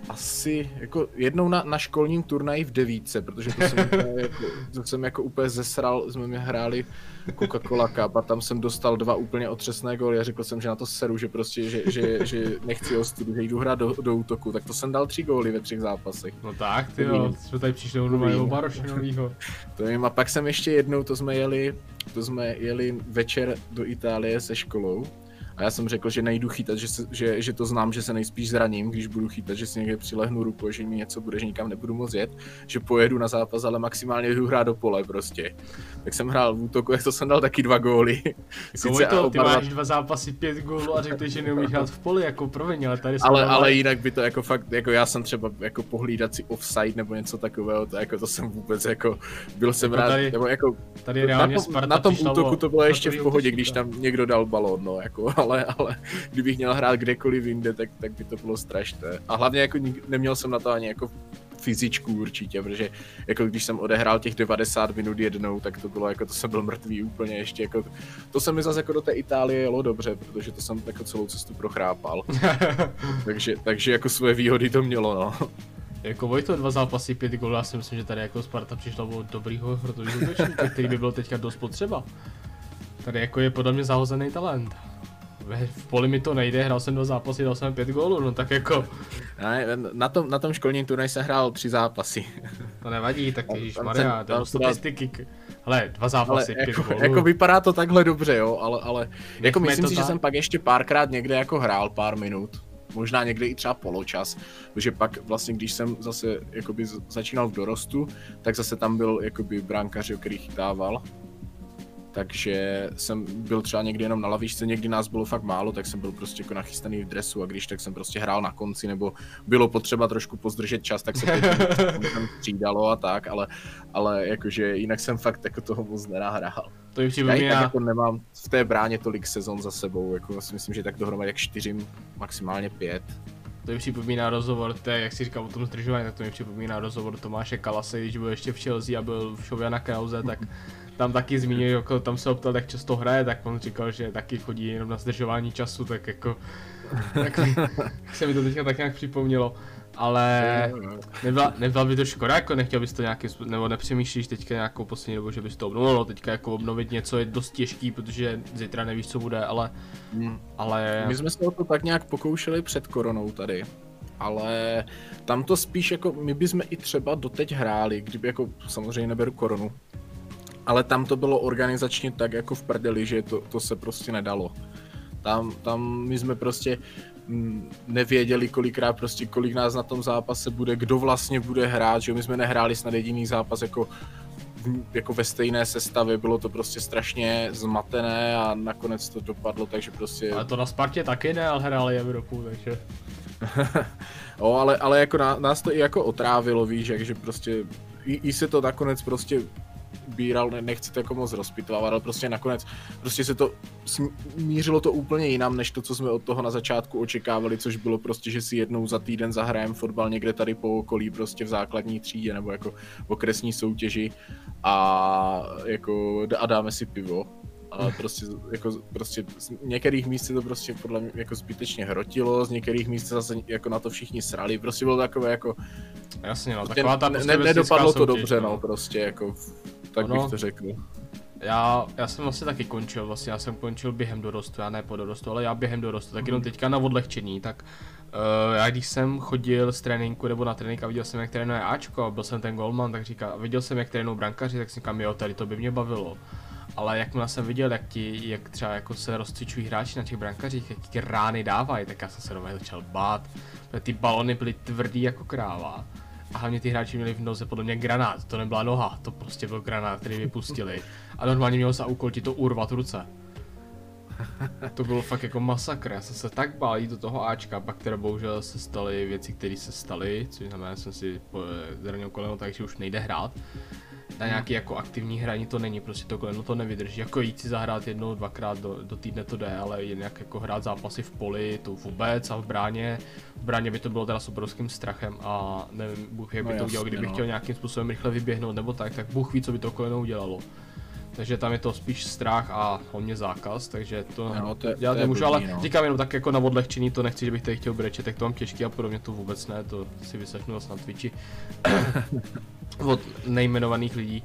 asi jako jednou na, na školním turnaji v devítce, protože to jsem, úplně, jako, to jsem jako úplně zesral, jsme mi hráli Coca-Cola Cup a tam jsem dostal dva úplně otřesné góly a řekl jsem, že na to seru, že prostě, že, že, že nechci ostudu, že jdu hrát do, do útoku, tak to jsem dal tři góly ve třech zápasech. No tak, ty jo, jsme tady přišli do nového Baroše novýho. To vím, a pak jsem ještě jednou, to jsme jeli, to jsme jeli večer do Itálie se školou. A já jsem řekl, že nejdu chytat, že, se, že, že to znám, že se nejspíš zraním, když budu chytat, že si někde přilehnu ruku, že mi něco bude, že nikam nebudu moc jet, že pojedu na zápas, ale maximálně jdu hrát do pole prostě. Tak jsem hrál v útoku, jak to jsem dal taky dva góly. Sice to, ty máš dva zápasy, pět gólů a řekl, že neumíš hrát v poli, jako promiň, ale tady jsme ale, ale jinak by to jako fakt, jako já jsem třeba jako pohlídat si offside nebo něco takového, to, jako to jsem vůbec jako, byl jsem jako rád, tady, nebo jako tady reálně na, tom, Sparta na tom útoku to bylo ještě v pohodě, útočníka. když tam někdo dal balón, no jako, ale, ale kdybych měl hrát kdekoliv jinde, tak, tak by to bylo strašné. A hlavně jako neměl jsem na to ani jako fyzičku určitě, protože jako když jsem odehrál těch devadesát minut jednou, tak to bylo jako, to jsem byl mrtvý úplně ještě jako, to se mi zase jako do té Itálie jelo dobře, protože to jsem jako celou cestu prochrápal. takže, takže jako svoje výhody to mělo, no. Jako Vojto, dva zápasy, pět gólů, já si myslím, že tady jako Sparta přišla o dobrýho hrotovýho útočníka, který by byl teďka dost potřeba. Tady jako je podle mě zahozený talent. V poli mi to nejde, hrál jsem dva zápasy, dal jsem pět gólů, no tak jako... Ne, na tom, na tom školním turnaji jsem hrál tři zápasy. To nevadí, tak ježišmarja, dal statistiky. Hele, dva zápasy, ale pět jako, gólů. jako vypadá to takhle dobře, jo, ale, ale jako myslím si, ta... že jsem pak ještě párkrát někde jako hrál pár minut. Možná někde i třeba poločas, protože pak vlastně, když jsem zase jakoby začínal v dorostu, tak zase tam byl jakoby brankář, který chytával. Takže jsem byl třeba někdy jenom na lavičce, někdy nás bylo fakt málo, tak jsem byl prostě jako nachystaný v dresu a když tak jsem prostě hrál na konci, nebo bylo potřeba trošku pozdržet čas, tak se tam střídalo a tak, ale, ale jakože jinak jsem fakt jako toho moc nenahrál. To mi připomíná... Já tak jako nemám v té bráně tolik sezon za sebou, jako si myslím, že tak dohromady jak čtyři, maximálně pět. To mi připomíná rozhovor, to je, jak si říkal o tom zdržování, tak to mi připomíná rozhovor Tomáše Kalase, když byl ještě v Chelsea a byl v show Jana Krause, tak tam taky zmínil, jako tam se optal, jak často hraje, tak on říkal, že taky chodí jenom na zdržování času, tak jako, tak se mi to teďka tak nějak připomnělo, ale nebyla, nebyla by to škoda, jako nechtěl bys to nějaký, nebo nepřemýšlíš teďka nějakou poslední dobu, že bys to obnovilo, teďka jako obnovit něco je dost těžký, protože zítra nevíš, co bude, ale, hmm. ale... My jsme se o to tak nějak pokoušeli před koronou tady. Ale tam to spíš jako, my bychom i třeba doteď hráli, kdyby jako, samozřejmě neberu koronu, ale tam to bylo organizačně tak jako v prdeli, že to, to se prostě nedalo. Tam, tam my jsme prostě m, nevěděli kolikrát prostě, kolik nás na tom zápase bude, kdo vlastně bude hrát, že my jsme nehráli snad jediný zápas jako, jako ve stejné sestavě, bylo to prostě strašně zmatené a nakonec to dopadlo, takže prostě... Ale to na Spartě taky ne, ale hráli Evropu, takže... o, ale, ale jako ná, nás to i jako otrávilo, víš, jak, že prostě i, i se to nakonec prostě bíral, ne, nechci to jako moc rozpitvávat, ale prostě nakonec prostě se to mířilo to úplně jinam, než to, co jsme od toho na začátku očekávali, což bylo prostě, že si jednou za týden zahrajeme fotbal někde tady po okolí, prostě v základní třídě nebo jako v okresní soutěži a jako a dáme si pivo. Ale prostě, jako, prostě z některých míst se to prostě podle mě jako zbytečně hrotilo, z některých míst zase jako na to všichni srali, prostě bylo takové jako... Jasně no, prostě taková ta prostě ne, nedopadlo to soutěž, dobře, no. no, prostě jako, tak ono, bych to řekl. Já, já jsem vlastně taky končil, vlastně já jsem končil během dorostu, já ne po dorostu, ale já během dorostu, tak jenom teďka na odlehčení, tak uh, já když jsem chodil z tréninku nebo na trénink a viděl jsem, jak trénuje Ačko a byl jsem ten golman, tak říkal, viděl jsem, jak trénují brankaři, tak si říkám, jo, tady to by mě bavilo. Ale jakmile jsem viděl, jak ti, jak třeba jako se rozcvičují hráči na těch brankařích, jak ti rány dávají, tak já jsem se doma začal bát, protože ty balony byly tvrdý jako kráva. A hlavně ty hráči měli v noze podle mě granát, to nebyla noha, to prostě byl granát, který vypustili. A normálně měl za úkol ti to urvat ruce. To bylo fakt jako masakr, já jsem se tak bál jít do toho Ačka, pak teda bohužel se staly věci, které se staly, což znamená, že jsem si zranil koleno, takže už nejde hrát. Na nějaký jako aktivní hraní to není, prostě to koleno to nevydrží, jako jít si zahrát jednou, dvakrát do, do týdne to jde, ale jinak jako hrát zápasy v poli, to vůbec a v bráně, v bráně by to bylo teda s obrovským strachem a nevím, Bůh jak by no to udělal, kdyby no. chtěl nějakým způsobem rychle vyběhnout nebo tak, tak Bůh ví, co by to koleno udělalo. takže tam je to spíš strach a hlavně zákaz, takže to, no, to, dělat to nemůžu, blbý, ale no. říkám jenom tak jako na odlehčení, to nechci, že bych tady chtěl brečet, tak to mám těžký a podobně, to vůbec ne, to si vyslechnu zase na Twitchi od nejmenovaných lidí.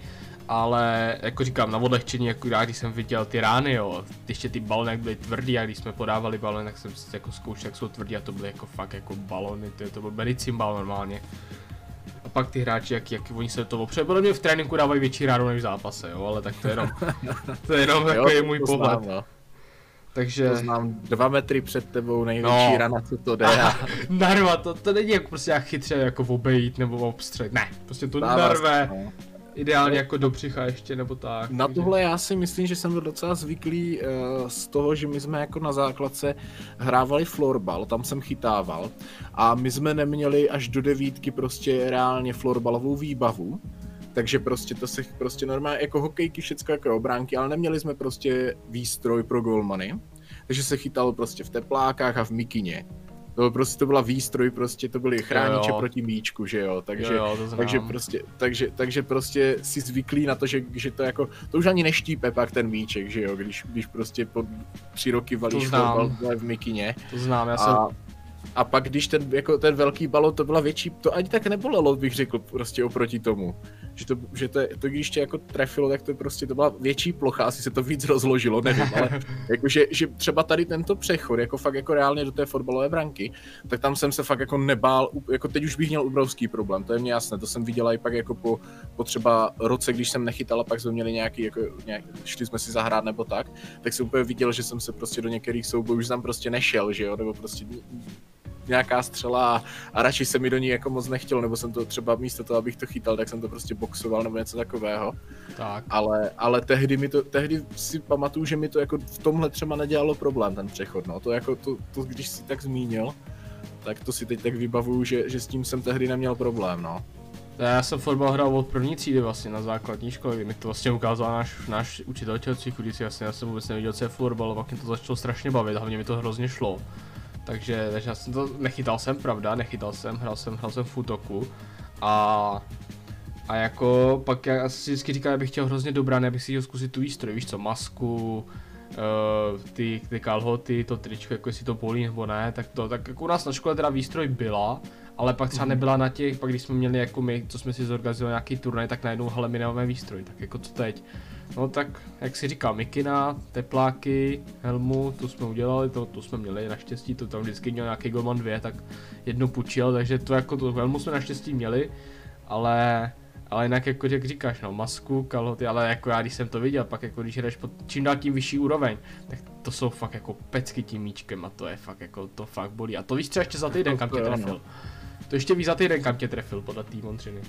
Ale jako říkám, na odlehčení, jako já, když jsem viděl ty rány, jo, ještě ty balony jak byly tvrdý a když jsme podávali balony, tak jsem si jako zkoušel, jak jsou tvrdý a to byly jako fakt jako balony, to, je, to byl medicimbal normálně. A pak ty hráči, jak, jak oni se to opře, podle mě v tréninku dávají větší ránu než v zápase, jo, ale tak to je jenom, to je jenom takový je můj pohled. Znám, no. Takže... To znám dva metry před tebou, největší no. rana, co to jde. A... narva, to, to není jako prostě jak chytře jako obejít nebo obstřelit, ne, prostě to narve. No. Ideálně jako do břicha ještě, nebo tak. Na tohle já si myslím, že jsem byl docela zvyklý uh, z toho, že my jsme jako na základce hrávali florbal, tam jsem chytával a my jsme neměli až do devítky prostě reálně florbalovou výbavu, takže prostě to se prostě normálně jako hokejky, všecko jako obránky, ale neměli jsme prostě výstroj pro golmany, takže se chytalo prostě v teplákách a v mikině. To byl prostě, to byla výstroj, prostě to byly chrániče jo, jo. proti míčku, že jo, takže, jo, jo, takže prostě, takže, takže prostě si zvyklý na to, že, že to jako, to už ani neštípe pak ten míček, že jo, když, když prostě po tři roky valíš fotbal v mikině. To znám, já a, jsem... a pak když ten, jako ten velký balon, to byla větší, to ani tak nebolelo, bych řekl, prostě oproti tomu. Že to, že to, to když tě jako trefilo, tak to prostě, to byla větší plocha, asi se to víc rozložilo, nevím, ale jakože, že třeba tady tento přechod, jako fakt jako reálně do té fotbalové branky, tak tam jsem se fakt jako nebál, jako teď už bych měl obrovský problém, to je mně jasné, to jsem viděla i pak jako po, po třeba roce, když jsem nechytal a pak jsme měli nějaký, jako nějak, šli jsme si zahrát nebo tak, tak jsem úplně viděl, že jsem se prostě do některých soubojů už tam prostě nešel, že jo, nebo prostě nějaká střela a radši se mi do ní jako moc nechtělo, nebo jsem to třeba místo toho, abych to chytal, tak jsem to prostě boxoval nebo něco takového. Tak. Ale, ale tehdy mi to, tehdy si pamatuju, že mi to jako v tomhle třeba nedělalo problém ten přechod, no. To jako to, to když si tak zmínil, tak to si teď tak vybavuju, že, že s tím jsem tehdy neměl problém, no. Já jsem fotbal hrál od první třídy vlastně na základní škole, kdy mi to vlastně ukázal náš, náš učitel tělocviku, když vlastně já jsem vůbec neviděl, co je florbal, a pak mě to začalo strašně bavit, hlavně mi to hrozně šlo. Takže, takže já jsem to, nechytal jsem, pravda, nechytal jsem, hrál jsem, hrál jsem v útoku a, a jako pak já si vždycky říkal, že bych chtěl hrozně dobrá, abych si chtěl zkusit tu výstroj, víš co, masku, uh, ty, ty kalhoty, to tričko, jako jestli to bolí nebo ne, tak to, tak jako u nás na škole teda výstroj byla, ale pak třeba nebyla na těch, pak když jsme měli jako my, co jsme si zorganizovali nějaký turnaj, tak najednou hele, my nemáme výstroj, tak jako co teď? No tak, jak si říkal, mikina, tepláky, helmu, to jsme udělali, to, to jsme měli naštěstí, to tam vždycky měl nějaký golman dvě, tak jednu půjčil, takže to jako to helmu jsme naštěstí měli, ale, ale jinak jako jak říkáš, no, masku, kalhoty, ale jako já když jsem to viděl, pak jako když jdeš pod čím dál tím vyšší úroveň, tak to jsou fakt jako pecky tím míčkem a to je fakt jako, to fakt bolí a to víš třeba ještě za týden, kam tě trefil. To ještě víc za týden, kam tě trefil podle té montřiny.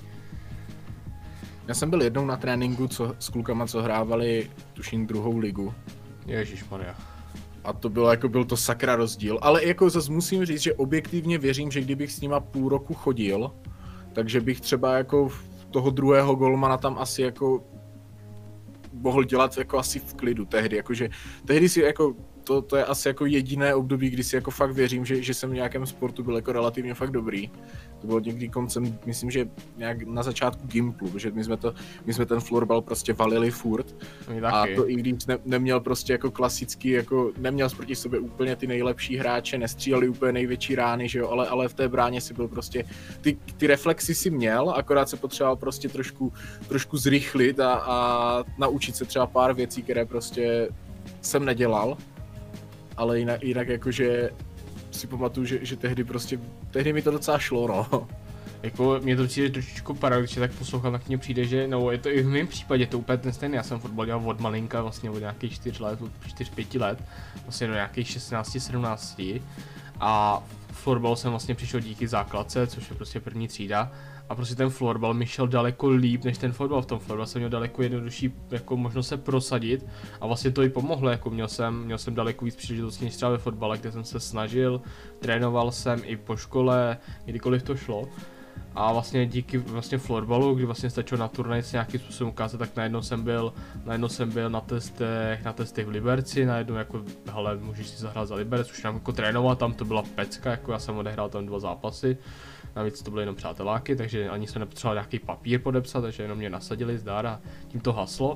Já jsem byl jednou na tréninku co, s klukama, co hrávali, tuším, druhou ligu. Ježišmarja. A to bylo jako, byl to sakra rozdíl, ale jako zase musím říct, že objektivně věřím, že kdybych s nima půl roku chodil, takže bych třeba jako toho druhého golmana tam asi jako mohl dělat jako asi v klidu tehdy, jakože tehdy si jako to, to je asi jako jediné období, kdy si jako fakt věřím, že, že jsem v nějakém sportu byl jako relativně fakt dobrý. To bylo někdy koncem, myslím, že nějak na začátku Gimplu, protože my jsme, to, my jsme ten florbal prostě valili furt. A to i když ne, neměl prostě jako klasický, jako neměl proti sobě úplně ty nejlepší hráče, nestříleli úplně největší rány, že jo, ale, ale v té bráně si byl prostě, ty, ty reflexy si měl, akorát se potřeboval prostě trošku, trošku zrychlit a, a naučit se třeba pár věcí, které prostě jsem nedělal. Ale jinak, jinak jakože si pamatuju, že, že tehdy prostě, tehdy mi to docela šlo, no. Jako mě to přijde trošičku paradoxně, tak poslouchám, tak mně přijde, že, no je to i v mém případě, to úplně ten stejný, já jsem fotbal dělal od malinka, vlastně od nějakých čtyř let, od čtyř pět let, vlastně do nějakých šestnáct sedmnáct a florbal jsem vlastně přišel díky základce, což je prostě první třída. A prostě ten florbal mi šel daleko líp než ten fotbal. V tom florbal jsem měl daleko jednodušší jako možnost se prosadit a vlastně to i pomohlo, jako měl jsem, měl jsem daleko víc příležitostí než třeba ve fotbale, kde jsem se snažil, trénoval jsem i po škole, kdykoliv to šlo. A vlastně díky vlastně florbalu, kdy vlastně stačilo na turnaj se nějakým způsobem ukázat, tak najednou jsem byl, najednou jsem byl na testech, na testech v Liberci, najednou jako, hele, můžeš si zahrát za Liberec, už nám jako trénovat, tam to byla pecka, jako já jsem odehrál tam dva zápasy. Navíc to byly jenom přáteláky, takže ani jsem nepotřeboval nějaký papír podepsat, takže jenom mě nasadili zdár a tím to haslo.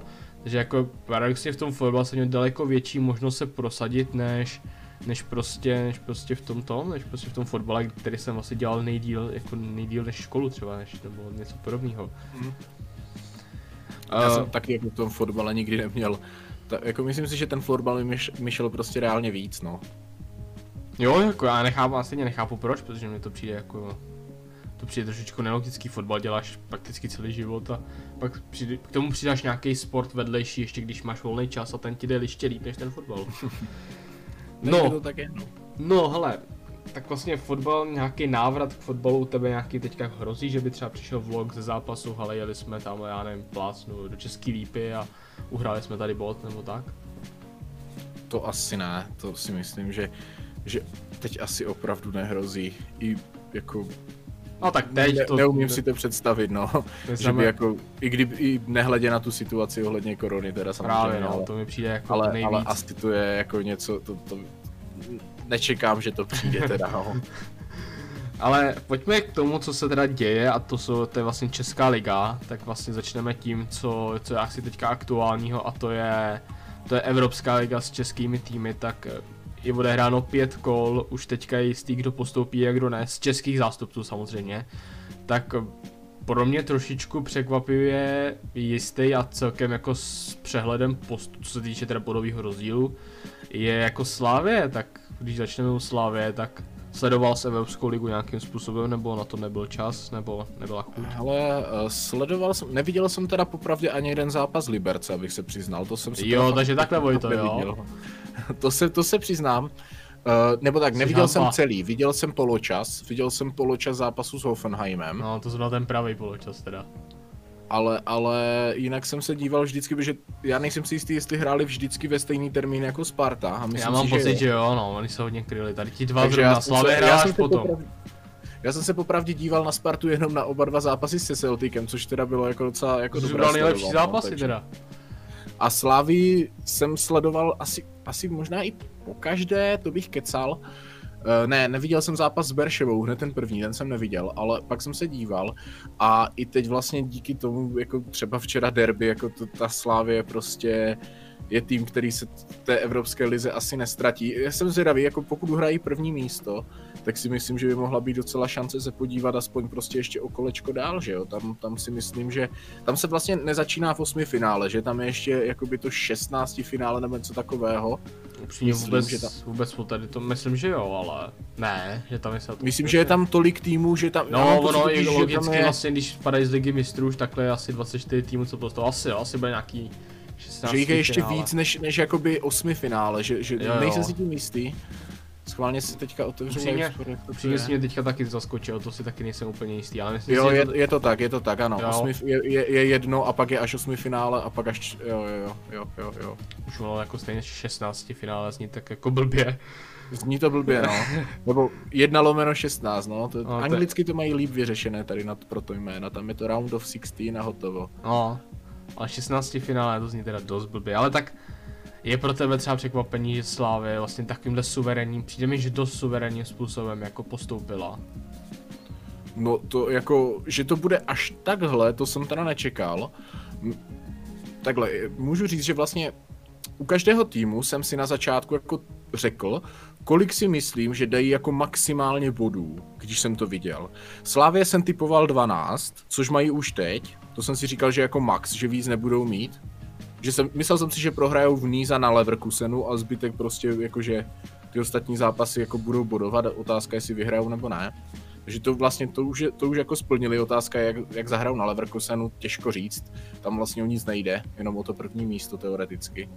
že jako paradoxně v tom fotbale se měl daleko větší možnost se prosadit, než než prostě, než prostě v tom tom, než prostě v tom fotbale, který jsem vlastně dělal nejdíl, jako nejdíl než školu třeba, než nebo něco podobného. Hmm. Já uh, jsem taky jako v tom fotbale nikdy neměl, ta, jako myslím si, že ten fotbal mi, mi šel prostě reálně víc, no. Jo, jako já nechápu, já stejně nechápu proč, protože mi to přijde jako, to přijde trošičku nelogický, fotbal děláš prakticky celý život a pak přijde, k tomu přidáš nějaký sport vedlejší, ještě když máš volný čas a ten ti jde ještě líp než ten fotbal. No, to tak je, no. no hele, tak vlastně fotbal, nějaký návrat k fotbalu u tebe nějaký teďka hrozí, že by třeba přišel vlog ze zápasu, ale jeli jsme tam, já nevím, plácnu do Český Lípy a uhráli jsme tady bod nebo tak? To asi ne, to si myslím, že, že teď asi opravdu nehrozí, i jako... No tak teď ne, to... Neumím si to představit, no, že že by jako, i kdyby, i nehledě na tu situaci ohledně korony teda samozřejmě, právě, no, ale, to mi přijde jako ale, nejvíc. Ale asi to je jako něco, to, to nečekám, že to přijde teda, no. Ale pojďme k tomu, co se teda děje, a to, jsou, to je vlastně Česká liga, tak vlastně začneme tím, co, co je asi teďka aktuálního, a to je, to je Evropská liga s českými týmy, tak je odehráno pět kol, už teďka je jistý, kdo postoupí a kdo ne, z českých zástupců samozřejmě, tak pro mě trošičku překvapivě jistý a celkem jako s přehledem postu, co se týče teda bodového rozdílu, je jako Slavie, tak když začneme u Slavie, tak sledoval jsi Evropskou ligu nějakým způsobem, nebo na to nebyl čas, nebo nebyla chuť? Ale uh, sledoval jsem, neviděl jsem teda popravdě ani jeden zápas Liberce, abych se přiznal, to jsem si Jo, takže takhle boj to, jo. to, se, to se přiznám, uh, nebo tak, neviděl jsem celý, viděl jsem poločas, viděl jsem poločas zápasu s Hoffenheimem. No, to byl ten pravý poločas teda. Ale, ale jinak jsem se díval vždycky, protože já nejsem si jistý, jestli hráli vždycky ve stejný termín jako Sparta. A myslím já mám si, pocit, že že jo, no, oni se hodně kryli, tady ti dva Takže zrovna, Slavie hrála až potom. Popravdě, já jsem se popravdě díval na Spartu jenom na oba dva zápasy se Celticem, což teda bylo jako docela jako dobrá sledoval nejlepší zápasy no, teda. A Slavii jsem sledoval asi, asi možná i po každé, to bych kecal. Uh, ne, neviděl jsem zápas s Berševou, hned ten první, ten jsem neviděl, ale pak jsem se díval a i teď vlastně díky tomu, jako třeba včera derby, jako to, ta Slavie prostě je tým, který se v té evropské lize asi nestratí. Já jsem zvědavý, jako pokud hrají první místo, tak si myslím, že by mohla být docela šance se podívat aspoň prostě ještě o kolečko dál, že jo, tam, tam si myslím, že tam se vlastně nezačíná v osmi finále, že tam je ještě jakoby to šestnácti finále nebo něco takového. Upřímně vůbec, že tam... vůbec tady to myslím, že jo, ale ne, že tam je se to... Myslím, že je tam tolik týmů, že tam... No, ono i logicky je... vlastně, když padají z ligy mistrů, už takhle je asi dvacet čtyři týmů, co prostě asi, jo, asi bude nějaký že jich je ještě finále. Víc než, než jakoby osmi finále, že, že jo, nejsem jo. si tím jistý. Schválně si teďka otevřu live sport. Upřímně si mě teďka taky zaskočil, to si taky nejsem úplně jistý, ale myslím jo, si, je, to... je to tak, je to tak, ano. Osmi, je, je, je jedno a pak je až osmi finále a pak až, jo, jo, jo, jo, jo. Už ono jako stejně šestnácti finále zní tak jako blbě. Zní to blbě, no. Nebo jedna lomeno šestnáct, no. To, no anglicky to mají líp vyřešené tady na, pro to jména, tam je to round of sixteen a hotovo. No. Ale šestnácti finále to zní teda dost blbě, ale tak je pro tebe třeba překvapení, že Slavie vlastně takovýmhle suverénním, přijde mi, že dost suverénním způsobem jako postoupila. No to jako, že to bude až takhle, to jsem teda nečekal. Takhle, můžu říct, že vlastně u každého týmu jsem si na začátku jako řekl, kolik si myslím, že dají jako maximálně bodů, když jsem to viděl. Slavie jsem typoval dvanáct, což mají už teď. To jsem si říkal, že jako max, že víc nebudou mít. Že jsem, myslel jsem si, že prohrajou v Nice a na Leverkusenu a zbytek prostě jakože ty ostatní zápasy jako budou bodovat. Otázka, jestli vyhrajou nebo ne. Takže to vlastně to už, to už jako splnili. Otázka, jak, jak zahrajou na Leverkusenu, těžko říct. Tam vlastně o nic nejde, jenom o to první místo teoreticky.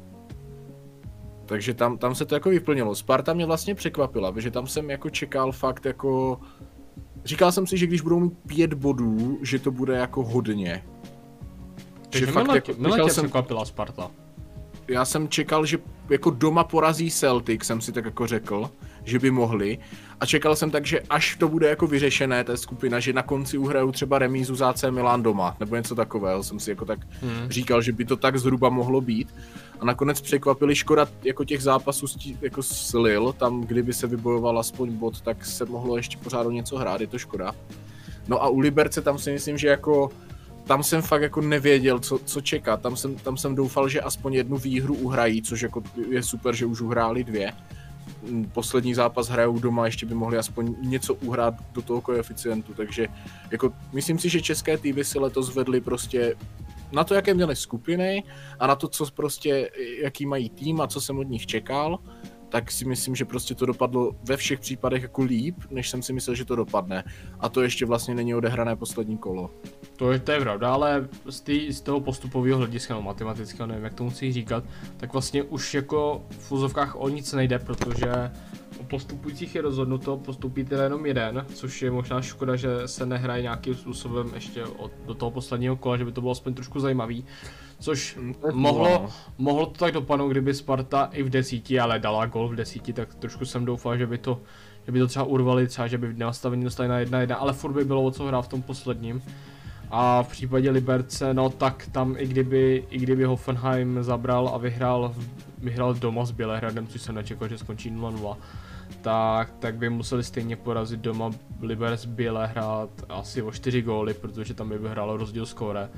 Takže tam, tam se to jako vyplnilo. Sparta mě vlastně překvapila, protože tam jsem jako čekal fakt jako... Říkal jsem si, že když budou mít pět bodů, že to bude jako hodně. Takže že fakt jako... Mile tě jsem, překvapila Sparta. Já jsem čekal, že jako doma porazí Celtic, jsem si tak jako řekl, že by mohli. A čekal jsem tak, že až to bude jako vyřešené, ta skupina, že na konci uhrajou třeba remízu z A C Milan doma, nebo něco takového. Jsem si jako tak hmm. říkal, že by to tak zhruba mohlo být. A nakonec překvapili, škoda jako těch zápasů jako s Lille, tam kdyby se vybojoval aspoň bod, tak se mohlo ještě pořád o něco hrát, je to škoda. No a u Liberce tam si myslím, že jako tam jsem fakt jako nevěděl, co, co čekat, tam jsem, tam jsem doufal, že aspoň jednu výhru uhrají, což jako je super, že už uhráli dvě. Poslední zápas hrajou doma, ještě by mohli aspoň něco uhrát do toho koeficientu, takže jako myslím si, že české týmy si letos vedly prostě na to, jaké měly skupiny a na to, co prostě, jaký mají tým a co jsem od nich čekal, tak si myslím, že prostě to dopadlo ve všech případech jako líp, než jsem si myslel, že to dopadne. A to ještě vlastně není odehrané poslední kolo. To je, to je pravda, ale z, tý, z toho postupového hlediska, no matematického, nevím, jak to musí říkat, tak vlastně už jako v úzovkách o nic nejde, protože o postupujících je rozhodnuto, postupí teda jenom jeden, což je možná škoda, že se nehraje nějakým způsobem ještě od, do toho posledního kola, že by to bylo aspoň trošku zajímavý. Což mohlo, mohlo to tak dopadnout, kdyby Sparta i v desíti, ale dala gol v desíti, tak trošku jsem doufal, že by to, že by to třeba urvali, třeba že by v nastavení dostali na jedna jedna, ale furt by bylo o co hrát v tom posledním. A v případě Liberce, no tak tam i kdyby, i kdyby Hoffenheim zabral a vyhrál, vyhrál doma s Bělehradem, což jsem nečekal, že skončí nula nula, tak, tak by museli stejně porazit doma Liberec Bělehrad asi o čtyři góly, protože tam by vyhrálo rozdíl skóre.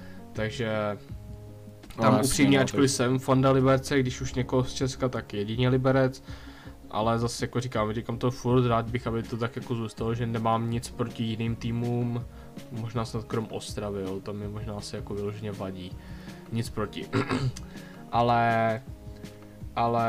Takže tam no, upřímně, ačkoliv jsem fanda Liberce, když už někoho z Česka, tak jedině Liberec. Ale zase jako říkám, říkám to furt, rád bych, aby to tak jako zůstalo, že nemám nic proti jiným týmům. Možná snad krom Ostravy, jo, tam mi možná se jako vyloženě vadí. Nic proti. ale... Ale...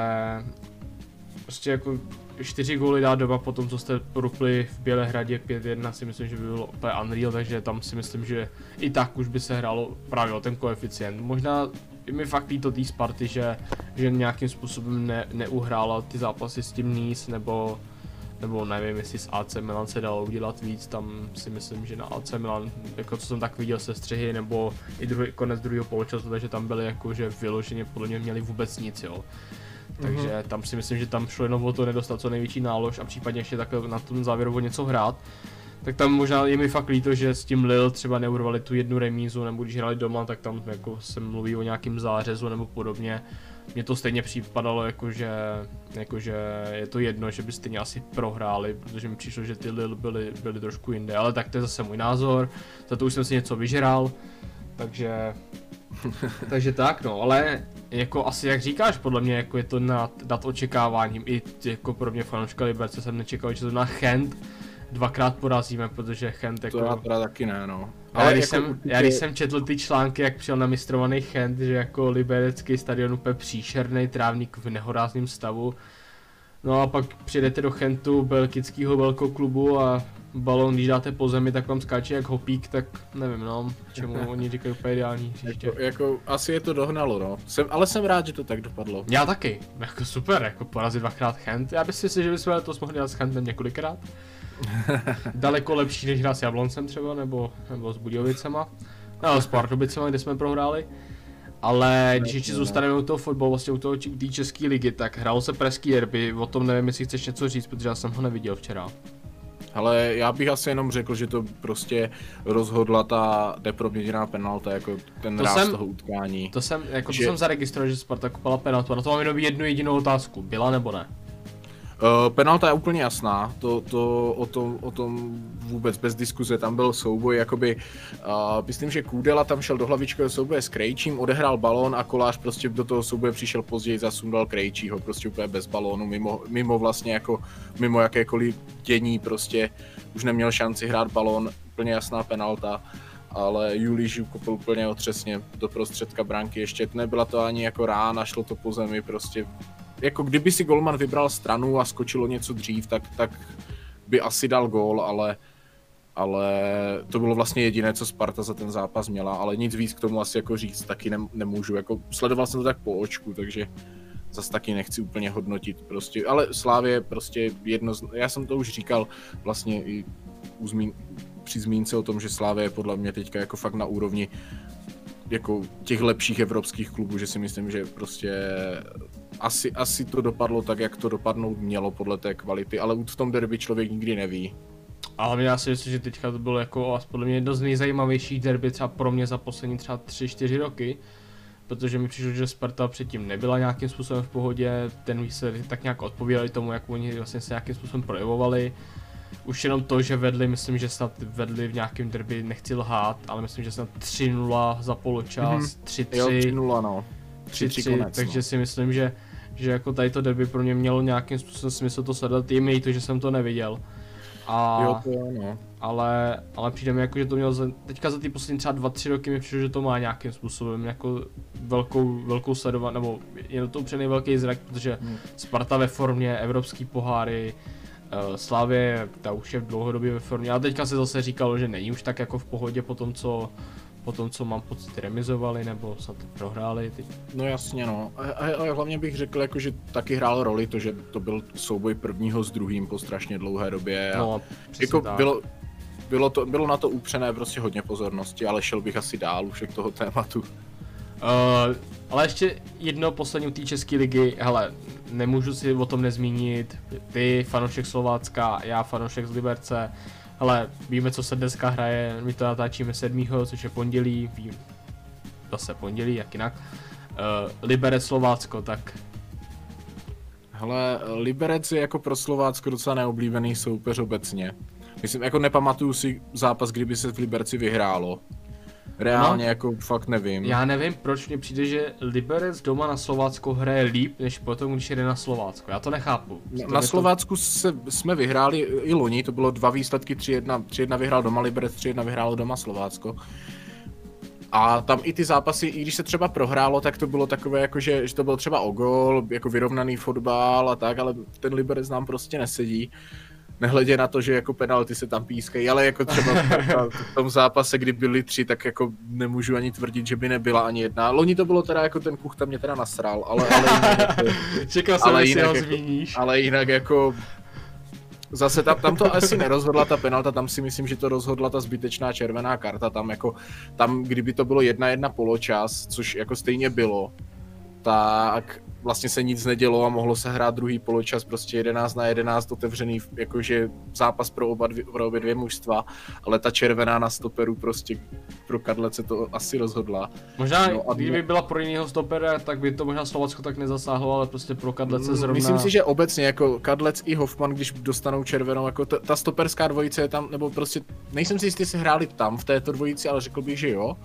Prostě jako čtyři góly dát doma po tom, co jste porupli v Bělehradě pět jedna, si myslím, že by bylo úplně unreal, takže tam si myslím, že i tak už by se hrálo právě o ten koeficient. Možná i mi fakt líto té Sparty, že, že nějakým způsobem ne, neuhrála ty zápasy s tím Nice, nebo, nebo nevím, jestli s A C Milan se dalo udělat víc, tam si myslím, že na A C Milan, jako co jsem tak viděl se střihy, nebo i druhý, konec druhého poločasu, takže tam byly jako, že vyloženě podle mě měli vůbec nic, jo. Takže mm-hmm. tam si myslím, že tam šlo jenom o to nedostat co největší nálož a případně ještě takhle na tom závěru o něco hrát. Tak tam možná je mi fakt líto, že s tím Lille třeba neurvali tu jednu remízu, nebo když hráli doma, tak tam jako se mluví o nějakým zářezu nebo podobně. Mně to stejně připadalo jakože, jakože je to jedno, že by stejně asi prohráli, protože mi přišlo, že ty Lille byly, byly trošku jinde, ale tak to je zase můj názor, za to už jsem si něco vyžral, takže... Takže tak no, ale jako asi jak říkáš, podle mě jako je to nad, nad očekáváním, i jako pro mě fanouška Liberce jsem nečekal, že to na Chent dvakrát porazíme, protože Chent jako... To já teda taky ne, no. Ale já, když jako jsem, určitě... já když jsem četl ty články, jak přijel na mistrovaný Chent, že jako liberecký stadion úplně příšerný trávník v nehorázném stavu. No a pak přijedete do Chentu, belgického velkoklubu a balón, když dáte po zemi, tak vám skáče jak hopík, tak nevím no, čemu oni říkají úplně ideální příště. Jako, jako, asi je to dohnalo no, jsem, ale jsem rád, že to tak dopadlo. Já taky, jako super, jako porazit dvakrát Chent, já bych si si, že bychom letos mohli dát s Chentem několikrát. Daleko lepší než hrát s Jabloncem třeba, nebo, nebo s Budějovicema, no s Pardubicema, kde jsme prohráli. Ale když ještě zůstaneme u toho fotbalu, vlastně u toho té české ligy, tak hrálo se pražský derby, o tom nevím, jestli chceš něco říct, protože já jsem ho neviděl včera. Ale já bych asi jenom řekl, že to prostě rozhodla ta neproměněná penalta, jako ten to ráz jsem, toho utkání. To jsem, jako že... to jsem zaregistroval, že Sparta kopala penaltu, a na to mám jenom jednu jedinou otázku, byla nebo ne? Uh, penalta je úplně jasná, to, to o, tom, o tom vůbec bez diskuze, tam byl souboj, jakoby, uh, myslím, že Kůdela tam šel do hlavičkového souboje s Krejčím, odehrál balón a Kolář prostě do toho souboje přišel později, zasundal Krejčího, prostě úplně bez balónu, mimo, mimo vlastně jako, mimo jakékoliv dění, prostě už neměl šanci hrát balón, úplně jasná penalta. Ale Julíš kopl úplně otřesně do prostředka branky, ještě nebyla to ani jako rána, šlo to po zemi, prostě jako kdyby si golman vybral stranu a skočilo něco dřív, tak, tak by asi dal gól, ale, ale to bylo vlastně jediné, co Sparta za ten zápas měla, ale nic víc k tomu asi jako říct taky ne, nemůžu, jako sledoval jsem to tak po očku, takže zase taky nechci úplně hodnotit prostě, ale Slavie prostě jedno, já jsem to už říkal vlastně i u zmín, při zmínce o tom, že Slavie je podle mě teďka jako fakt na úrovni jako těch lepších evropských klubů, že si myslím, že prostě asi, asi to dopadlo tak, jak to dopadnout mělo podle té kvality, ale v tom derby člověk nikdy neví. Ale já si myslím, že teďka to bylo jako podle mě jedno z nejzajímavějších derby třeba pro mě za poslední třeba tři čtyři roky, protože mi přišlo, že Sparta předtím nebyla nějakým způsobem v pohodě, ten výsledek tak nějak odpovídali tomu, jak oni vlastně se nějakým způsobem projevovali. už jenom to, že vedli, myslím, že snad vedli v nějakém derby, nechci lhát, ale myslím, že snad tři nula za poločas, mm-hmm. tři tři. Jo, tři nula, no. tři tři, takže no. si myslím, že, že jako tady to derby pro mě mělo nějakým způsobem smysl to sledovat, je mi to, že jsem to neviděl. A, jo, to jo, no. ale, ale přijde mi jako, že to mělo, za, teďka za ty poslední třeba dva tři roky mi přišlo, že to má nějakým způsobem jako velkou, velkou sledovat, nebo je to upřený velký zrak, protože hmm. Sparta ve formě, evropský poháry, uh, Slavie, ta už je dlouhodobě ve formě, a teďka se zase říkalo, že není už tak jako v pohodě po tom, co, po tom, co mám pocit remizovali, nebo snad prohráli. Teď. No jasně no, a, a, a hlavně bych řekl, jako, že taky hrálo roli to, že to byl souboj prvního s druhým po strašně dlouhé době. A no, jako bylo, bylo, to, bylo na to upřené prostě hodně pozornosti, ale šel bych asi dál už k toho tématu. Uh, ale ještě jedno poslední u té České ligy, hele, nemůžu si o tom nezmínit, ty fanoušek Slovácka, já fanoušek z Liberce, hele, víme, co se dneska hraje, my to natáčíme sedmého což je pondělí, vím, zase pondělí, jak jinak, uh, Liberec Slovácko, tak... Hele, Liberec je jako pro Slovácko docela neoblíbený soupeř obecně. Myslím, jako nepamatuju si zápas, kdyby se v Liberci vyhrálo. Reálně no, jako fakt nevím. Já nevím, proč mně přijde, že Liberec doma na Slovácko hraje líp, než potom, když jde na Slovácko. Já to nechápu. Na, na Slovácku to... se, jsme vyhráli i loni, to bylo dva výsledky, tři jedna, tři jedna vyhrál doma Liberec, tři jedna vyhrálo doma Slovácko. A tam i ty zápasy, i když se třeba prohrálo, tak to bylo takové, jako že, že to byl třeba o gól, jako vyrovnaný fotbal a tak, ale ten Liberec nám prostě nesedí. Nehledě na to, že jako penalty se tam pískají, ale jako třeba v tom zápase, kdy byly tři, tak jako nemůžu ani tvrdit, že by nebyla ani jedna. Loni to bylo teda jako ten Kuchta mě teda nasral, ale, ale jinak jako, čekal jsem, že si ho zmíníš. Ale jinak jako zase tam, tam to asi nerozhodla ta penalta, tam si myslím, že to rozhodla ta zbytečná červená karta, tam jako, tam kdyby to bylo jedna jedna poločas, což jako stejně bylo, tak vlastně se nic nedělo a mohlo se hrát druhý poločas, prostě jedenáct na jedenáct otevřený, jakože zápas pro, oba dvě, pro obě dvě mužstva, ale ta červená na stoperu prostě pro Kadlece to asi rozhodla. Možná, no, kdyby byla pro jinýho stopera, tak by to možná Slovácko tak nezasáhlo, ale prostě pro Kadlece zrovna... Myslím si, že obecně jako Kadlec i Hoffman, když dostanou červenou, jako ta, ta stoperská dvojice je tam, nebo prostě, nejsem si jistý, jestli hráli tam v této dvojici, ale řekl bych, že jo.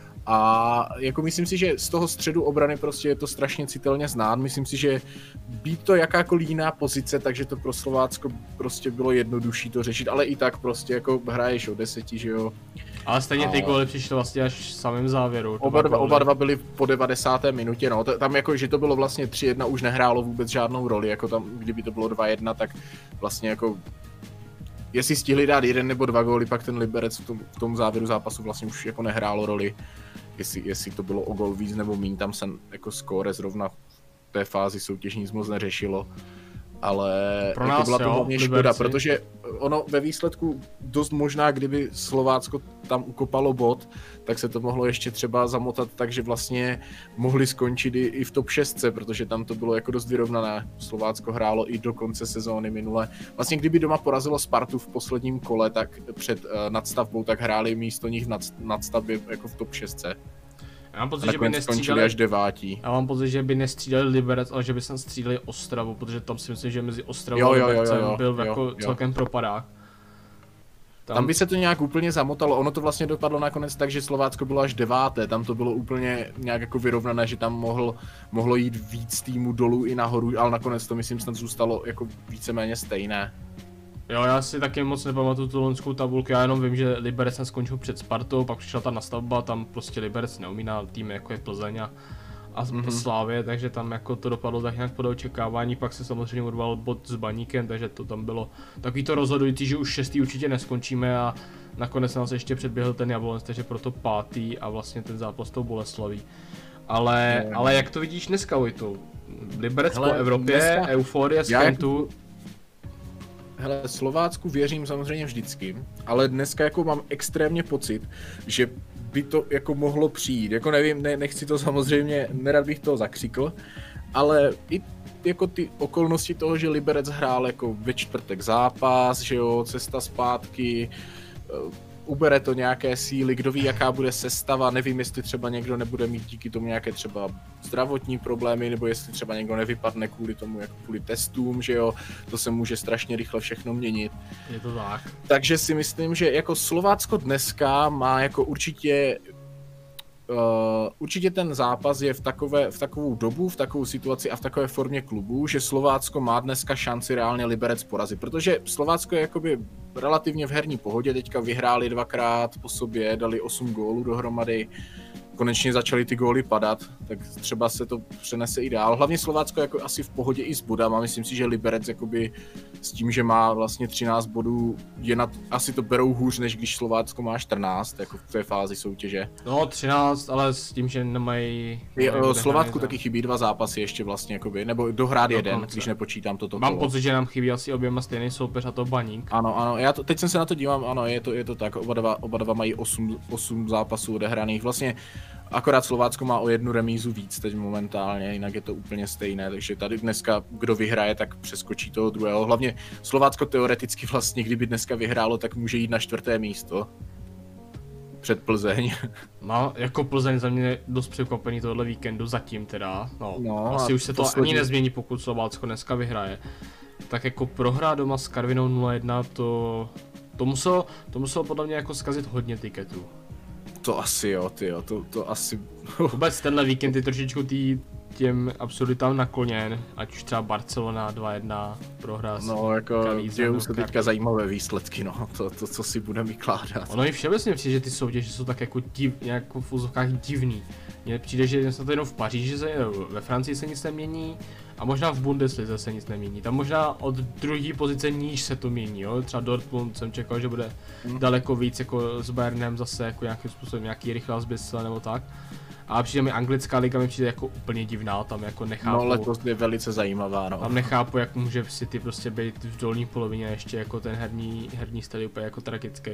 A jako myslím si, že z toho středu obrany prostě je to strašně citelně znát. Myslím si, že být to jakákoliv jiná pozice, takže to pro Slovácko prostě bylo jednodušší to řešit, ale i tak prostě jako hraješ o deseti, že jo. Ale stejně ty góly přišly vlastně až v samém závěru. Oba dva, oba dva byly po devadesáté minutě, no. Tam jako, že to bylo vlastně tři jedna, už nehrálo vůbec žádnou roli, jako tam, kdyby to bylo dva jedna, tak vlastně jako jestli stihli dát jeden nebo dva góly, pak ten Liberec v tom, v tom závěru zápasu vlastně už jako nehrálo roli. Jestli, jestli to bylo o gol víc nebo míň, tam se jako skóre zrovna v té fázi soutěž nic moc neřešilo. Ale pro jako nás, byla to jo, hlavně škoda, protože ono ve výsledku dost možná, kdyby Slovácko tam ukopalo bod, tak se to mohlo ještě třeba zamotat tak, že vlastně mohli skončit i, i v top šest, protože tam to bylo jako dost vyrovnané. Slovácko hrálo i do konce sezóny minule. Vlastně kdyby doma porazilo Spartu v posledním kole, tak před uh, nadstavbou, tak hráli místo nich v nad, nadstavbě jako v top šest. Já mám pocit, že by nestřídali až devátí. Já mám pocit, že by nestřídali Liberec, ale že by sem střídali Ostravu, protože tam si myslím, že mezi Ostravou a Libercem byl jo, jako jo. celkem propadák. Tam... tam by se to nějak úplně zamotalo, ono to vlastně dopadlo nakonec tak, že Slovácko bylo až deváté, tam to bylo úplně nějak jako vyrovnané, že tam mohl, mohlo jít víc týmů dolů i nahoru, ale nakonec to myslím snad zůstalo jako víceméně stejné. Jo, já si taky moc nepamatuju tu loňskou tabulku, já jenom vím, že Liberec skončil před Spartou, pak přišla ta nastavba, tam prostě Liberec neumí na tým jako je Plzeň a, a mm-hmm. Slávě, takže tam jako to dopadlo tak nějak podle očekávání, pak se samozřejmě urval bod s Baníkem, takže to tam bylo takový to rozhodující, že už šestý určitě neskončíme a nakonec nás ještě předběhl ten Jablonec, takže proto pátý a vlastně ten zápas tou Boleslaví. Ale, mm. ale jak to vidíš dneska, Vojtu? Liberec po Evropě, dneska... euforie z Kentu. Hele, Slovácku věřím samozřejmě vždycky, ale dneska jako mám extrémně pocit, že by to jako mohlo přijít. Jako nevím, ne, nechci to samozřejmě, nerad bych to zakřikl, ale i jako ty okolnosti toho, že Liberec hrál jako ve čtvrtek zápas, že jo, cesta zpátky, ubere to nějaké síly, kdo ví, jaká bude sestava, nevím, jestli třeba někdo nebude mít díky tomu nějaké třeba zdravotní problémy, nebo jestli třeba někdo nevypadne kvůli tomu, jako kvůli testům, že jo, to se může strašně rychle všechno měnit. Je to tak. Takže si myslím, že jako Slovácko dneska má jako určitě Uh, určitě ten zápas je v, takové, v takovou dobu, v takovou situaci a v takové formě klubu, že Slovácko má dneska šanci reálně Liberec porazit, protože Slovácko je jakoby relativně v herní pohodě, teďka vyhráli dvakrát po sobě, dali osm gólů dohromady, konečně začaly ty góly padat, tak třeba se to přenese i dál. Hlavně Slovácko jako asi v pohodě i s bodama, myslím si, že Liberec jakoby s tím, že má vlastně třináct bodů, je na, asi to berou hůř, než když Slovácko má čtrnáct, jako v té fázi soutěže. No třináct, ale s tím, že nemají... Je, Slovácku taky chybí dva zápasy ještě vlastně, jakoby, nebo dohrát Dokonce. jeden, když nepočítám toto. Mám pocit, že nám chybí asi oběma stejný soupeř a to Baník. Ano, ano, já to, teď jsem se na to dívám, ano, je to, je to tak, oba dva, oba dva mají osm zápasů odehraných, vlastně akorát Slovácko má o jednu remízu víc teď momentálně, jinak je to úplně stejné, takže tady dneska kdo vyhraje, tak přeskočí toho druhého. Hlavně Slovácko teoreticky vlastně, kdyby dneska vyhrálo, tak může jít na čtvrté místo. Před Plzeň. No, jako Plzeň za mě dost překvapený tohle víkendu, zatím teda. No, no asi už se to poslední... ani nezmění, pokud Slovácko dneska vyhraje. Tak jako prohrát doma s Karvinou nula jedna, to, to, muselo, to muselo podle mě jako zkazit hodně tiketů. To asi jo, ty jo, to, to asi... Vůbec tenhle víkend je trošičku tý, těm absurditám nakloněn, ať už třeba Barcelona dva jedna prohra s No jako, dějou se teďka karty. zajímavé výsledky, no, to, to co si budeme vykládat. Ono i všeobecně přijde, že ty soutěže jsou tak jako, div, jako v úzovkách divný. Mně přijde, že to jenom v Paříži, se, ve Francii se nic nemění a možná v Bundeslize se nic nemění. Tam možná od druhé pozice níž se to mění, jo? Třeba Dortmund jsem čekal, že bude hmm. daleko víc jako s Bayernem zase jako nějakým způsobem nějaký rychlá zbysle nebo tak. A přijde mi anglická liga mi přijde jako úplně divná, tam jako nechápu. No letos je velice zajímavá, no. Tam nechápu, jak může City prostě být v dolní polovině ještě jako ten herní, herní styl úplně jako tragický.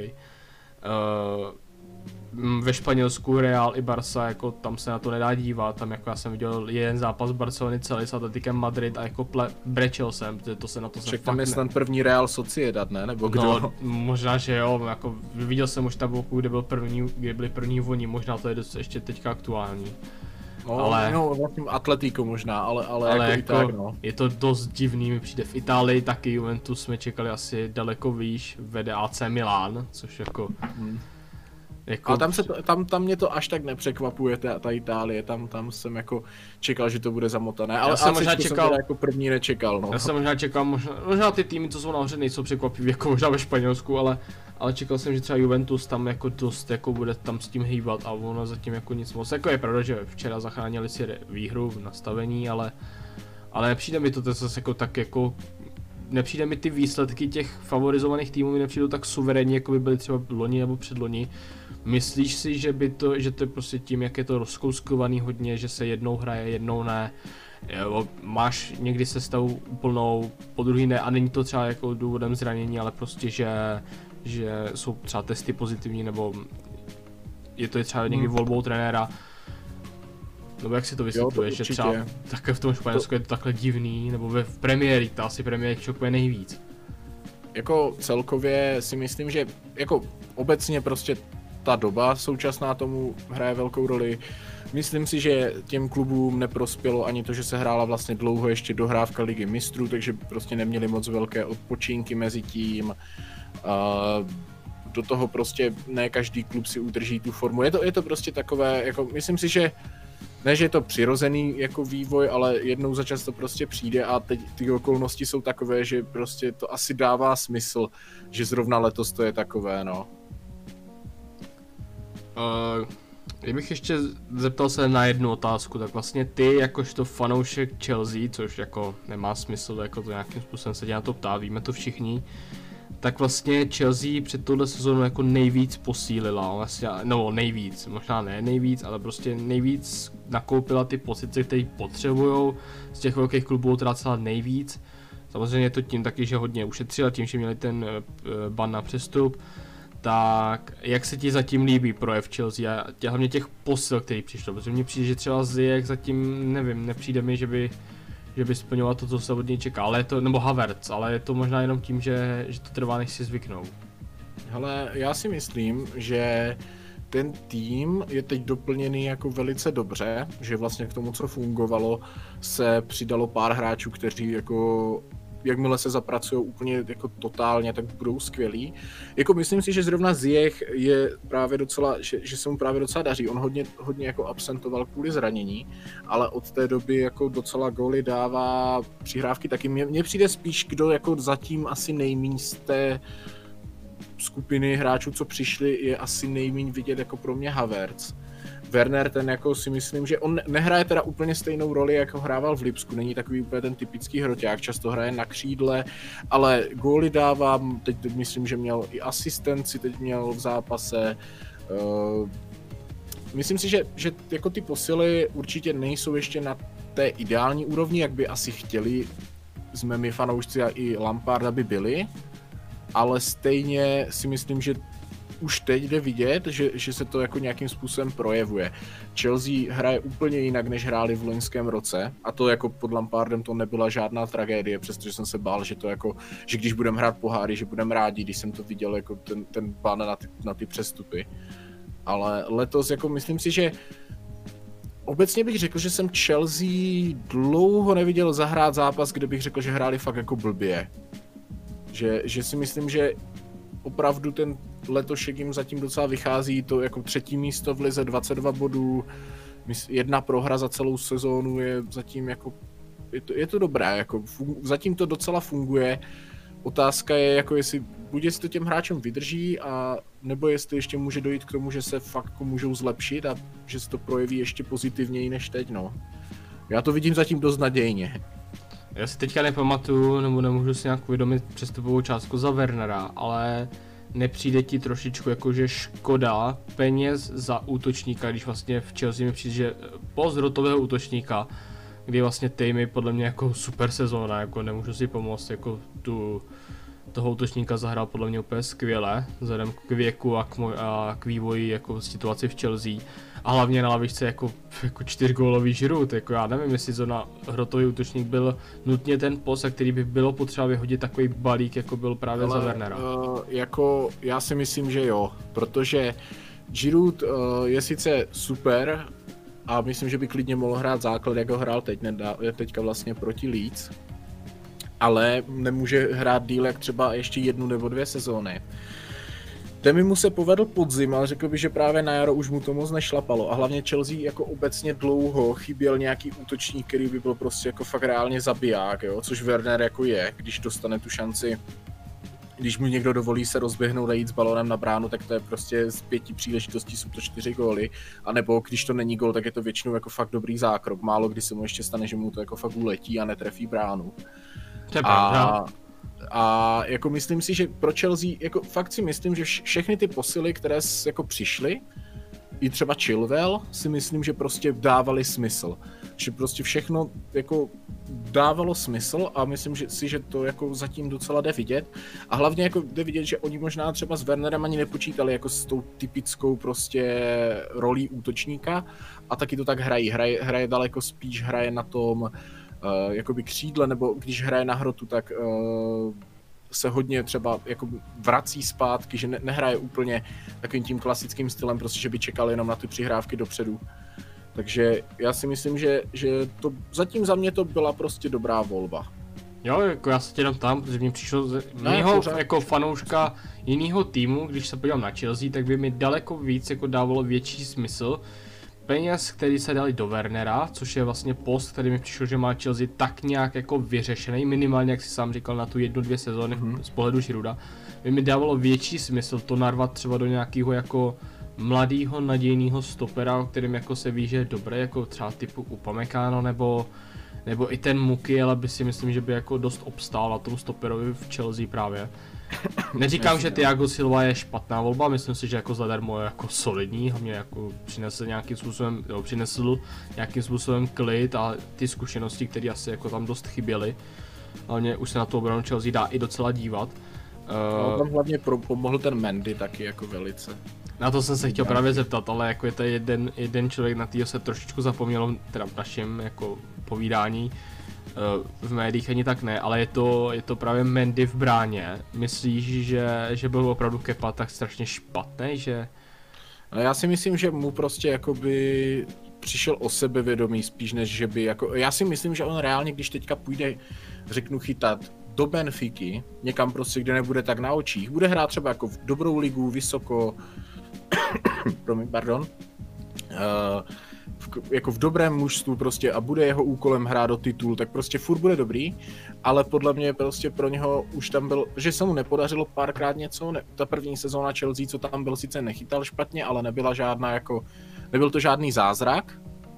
Uh, ve Španělsku Real i Barca, jako tam se na to nedá dívat, tam jako já jsem viděl jeden zápas Barcelony celý s Atletikem Madrid a jako ple, brečel jsem, to se na to se fakt tam je snad první Real Sociedad, ne? Nebo kdo? No, možná, že jo, jako viděl jsem už tabulku, kde byl první, kde byli první oni, možná to je dost ještě teďka aktuální. No, ale, no, vlastně Atletico možná, ale, ale, ale jako, jako i tak, no. je to dost divný, mi přijde v Itálii taky Juventus jsme čekali asi daleko výš, vede A C Milan, což jako... Hmm. Jako... Ale tam, se to, tam, tam mě to až tak nepřekvapuje, ta, ta Itálie, tam, tam jsem jako čekal, že to bude zamotané, ale já jsem možná čekal, jsem jako první nečekal, no. Já jsem možná čekal, možná, možná ty týmy, co jsou nahoře, nejsou překvapiví, jako možná ve Španělsku, ale, ale čekal jsem, že třeba Juventus tam jako dost jako bude tam s tím hýbat a ono zatím jako nic moc, jako je pravda, že včera zachránili si výhru v nastavení, ale, ale nepřijde mi to zase jako tak jako, nepřijde mi ty výsledky těch favorizovaných týmů, mi nepřijdou tak suverénní, jako by byly třeba loni nebo předloni. Myslíš si, že by to, že to je prostě tím, jak je to rozkouskovaný hodně, že se jednou hraje, jednou ne, jo, máš někdy sestavu úplnou, po druhý ne a není to třeba jako důvodem zranění, ale prostě, že, že jsou třeba testy pozitivní, nebo je to třeba někdy hmm. volbou trenéra, nebo jak si to vysvětluješ, že třeba tak v tom Španělsku to... je to takhle divný, nebo ve v premiéry, to asi premiéry šokuje nejvíc. Jako celkově si myslím, že jako obecně prostě ta doba současná tomu hraje velkou roli. Myslím si, že těm klubům neprospělo ani to, že se hrála vlastně dlouho ještě dohrávka Ligy mistrů, takže prostě neměli moc velké odpočinky mezi tím. Uh, do toho prostě ne každý klub si udrží tu formu. Je to, je to prostě takové, jako myslím si, že ne, že je to přirozený jako vývoj, ale jednou za čas to prostě přijde a teď ty okolnosti jsou takové, že prostě to asi dává smysl, že zrovna letos to je takové, no. Uh, kdybych ještě zeptal se na jednu otázku, tak vlastně ty jakožto fanoušek Chelsea, což jako nemá smysl jako to nějakým způsobem se tě na to ptá, víme to všichni, tak vlastně Chelsea před touhle sezónu jako nejvíc posílila, vlastně, no nejvíc, možná ne nejvíc, ale prostě nejvíc nakoupila ty pozice, které potřebujou, z těch velkých klubů teda celá nejvíc. Samozřejmě je to tím taky, že hodně ušetřila tím, že měli ten ban na přestup. Tak jak se ti zatím líbí projev Chelsea a tě, hlavně těch posil, který přišlo, protože mně přijde, že třeba Ziyech zatím, nevím, nepřijde mi, že by, že by splňoval to, co se od něj čeká, ale je to, nebo Havertz, ale je to možná jenom tím, že, že to trvá, než si zvyknou. Hele, já si myslím, že ten tým je teď doplněný jako velice dobře, že vlastně k tomu, co fungovalo, se přidalo pár hráčů, kteří jako jakmile se zapracují úplně jako totálně, tak budou skvělí. Jako myslím si, že zrovna Ziyech je právě docela, že, že se mu právě docela daří. On hodně, hodně jako absentoval kvůli zranění, ale od té doby jako docela góly dává, přihrávky taky. Mně, mně přijde spíš, kdo jako zatím asi nejméně z té skupiny hráčů, co přišli, je asi nejméně vidět jako pro mě Havertz. Werner, ten jako si myslím, že on nehraje teda úplně stejnou roli, jako hrával v Lipsku, není takový úplně ten typický hroťák, často hraje na křídle, ale góly dává, teď, teď myslím, že měl i asistenci, teď měl v zápase. Uh, myslím si, že, že jako ty posily určitě nejsou ještě na té ideální úrovni, jak by asi chtěli jsme my fanoušci a i Lampard, aby byli, ale stejně si myslím, že už teď jde vidět, že, že se to jako nějakým způsobem projevuje. Chelsea hraje úplně jinak, než hráli v loňském roce, a to jako pod Lampardem to nebyla žádná tragédie, přestože jsem se bál, že to jako, že když budeme hrát poháry, že budeme rádi, když jsem to viděl jako ten, ten plán na ty, na ty přestupy. Ale letos jako myslím si, že obecně bych řekl, že jsem Chelsea dlouho neviděl zahrát zápas, kde bych řekl, že hráli fakt jako blbě. Že, že si myslím, že opravdu ten letošek jim zatím docela vychází, to jako třetí místo v lize, dvacet dva bodů, jedna prohra za celou sezónu je zatím jako, je to, je to dobré, jako fun, zatím to docela funguje. Otázka je, jako jestli, buď jestli to těm hráčům vydrží, a nebo jestli ještě může dojít k tomu, že se fakt můžou zlepšit a že se to projeví ještě pozitivněji než teď, no. Já to vidím zatím dost nadějně. Já si teďka nepamatuju, nebo nemůžu si nějak uvědomit přestupovou částku za Wernera, ale nepřijde ti trošičku jakože škoda peněz za útočníka, když vlastně v Chelsea mi přijde, že post hrotového útočníka, kdy vlastně Tammy podle mě jako super sezóna, jako nemůžu si pomoct, jako tu toho útočníka zahrál podle mě úplně skvěle, vzhledem k věku a k, moj, a k vývoji jako situaci v Chelsea. A hlavně na lavičce jako, jako čtyřgólový Giroud, jako já nevím, jestli zrovna hrotový útočník byl nutně ten post, který by bylo potřeba vyhodit takový balík, jako byl právě ale, za Wernera. Uh, jako já si myslím, že jo, protože Giroud uh, je sice super a myslím, že by klidně mohl hrát základ, jak ho hrál teď, nedá, teďka vlastně proti Leeds, ale nemůže hrát díl jak třeba ještě jednu nebo dvě sezóny. Temi mu se povedl podzim, ale řekl bych, že právě na jaro už mu to moc nešlapalo, a hlavně Chelsea jako obecně dlouho chyběl nějaký útočník, který by byl prostě jako fakt reálně zabiják, jo? Což Werner jako je, když dostane tu šanci, když mu někdo dovolí se rozběhnout a jít s balonem na bránu, tak to je prostě z pěti příležitostí jsou to čtyři góly, anebo když to není gól, tak je to většinou jako fakt dobrý zákrok, málo kdy se mu ještě stane, že mu to jako fakt uletí a netrefí bránu. A, a jako myslím si, že pro Chelsea, jako fakt si myslím, že všechny ty posily, které jako přišly, i třeba Chilwell, si myslím, že prostě dávali smysl. Že prostě všechno jako dávalo smysl a myslím že si, že to jako zatím docela jde vidět. A hlavně jako jde vidět, že oni možná třeba s Wernerem ani nepočítali jako s tou typickou prostě rolí útočníka, a taky to tak hrají. Hraje, hraje daleko spíš, hraje na tom Uh, jakoby křídle, nebo když hraje na hrotu, tak uh, se hodně třeba jako vrací zpátky, že ne, nehraje úplně takovým tím klasickým stylem, prostě že by čekal jenom na ty přihrávky dopředu. Takže já si myslím, že, že to zatím za mě to byla prostě dobrá volba. Jo, jako já se tě dám tam, protože mi přišlo z mého jako fanouška jiného týmu, když se podívám na Chelsea, tak by mi daleko víc jako dávalo větší smysl peněz, který se dali do Wernera, což je vlastně post, který mi přišel, že má Chelsea tak nějak jako vyřešený, minimálně, jak si sám říkal, na tu jednu, dvě sezóny mm-hmm. z pohledu Girouda, by mi dávalo větší smysl to narvat třeba do nějakého jako mladého nadějného stopera, o kterým jako se ví, že je dobré, jako třeba typu Upamecano, nebo nebo i ten Mukiele by si myslím, že by jako dost obstál na tom stoperovi v Chelsea právě. Neříkám, že Thiago Silva je špatná volba, myslím si, že jako zadarmo je jako solidní, hlavně jako přinesl nějakým způsobem, jo, přinesl nějakým způsobem klid a ty zkušenosti, které asi jako tam dost chyběly. Hlavně už se na to obranu Chelsea dá i docela dívat. No, tam hlavně pro, pomohl ten Mendy taky jako velice. Na to jsem se chtěl právě zeptat, ale jako je to jeden, jeden člověk, na týho se trošičku zapomnělo, teda v našem jako povídání. v médiích ani tak ne, ale je to, je to právě Mendy v bráně. Myslíš, že, že byl opravdu Kepa tak strašně špatný, že... No já si myslím, že mu prostě jakoby přišel o sebevědomí spíš než že by jako... Já si myslím, že on reálně, když teďka půjde, řeknu chytat, do Benfiky, někam prostě, kde nebude tak na očích, bude hrát třeba jako v dobrou ligu, vysoko, promiň, pardon, uh, v, jako v dobrém mužstvu prostě a bude jeho úkolem hrát do titul, tak prostě furt bude dobrý, ale podle mě prostě pro něho už tam byl, že se mu nepodařilo párkrát něco, ne, ta první sezóna Chelsea, co tam byl, sice nechytal špatně, ale nebyla žádná jako, nebyl to žádný zázrak,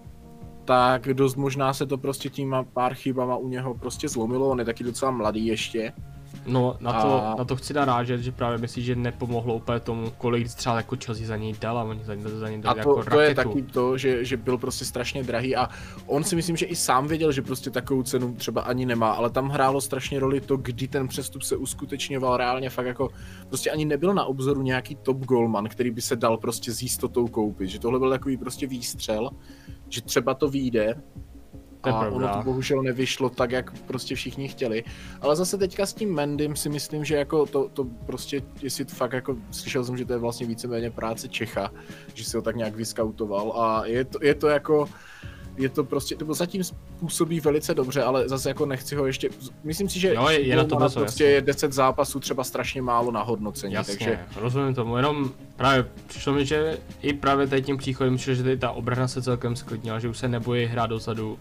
tak dost možná se to prostě tíma pár chybama u něho prostě zlomilo, on je taky docela mladý ještě. No, na to, a... na to chci narážet, že právě myslím, že nepomohlo úplně tomu, kolik třeba jako Chelsea za něj dal a oni za něj, za něj dali a to, jako to raketu. je taky to, že, že byl prostě strašně drahý a on si myslím, že i sám věděl, že prostě takovou cenu třeba ani nemá, ale tam hrálo strašně roli to, kdy ten přestup se uskutečňoval reálně fakt jako, prostě ani nebyl na obzoru nějaký top goalman, který by se dal prostě s jistotou koupit, že tohle byl takový prostě výstřel, že třeba to vyjde. A ono to bohužel nevyšlo tak, jak prostě všichni chtěli. Ale zase teďka s tím Mendym si myslím, že jako to, to prostě, jestli fakt jako, slyšel jsem, že to je vlastně víceméně práce Čecha, že si ho tak nějak vyskautoval a je to, je to jako, je to prostě, to zatím působí velice dobře, ale zase jako nechci ho ještě, myslím si, že jo, je, je na to prostě jasně. Je deset zápasů třeba strašně málo na hodnocení, jasně, takže... rozumím tomu, jenom právě přišlo mi, že i právě tady tím příchodem přišlo, že tady ta obrana se celkem sklidnila, že už se nebojí hrát dozadu.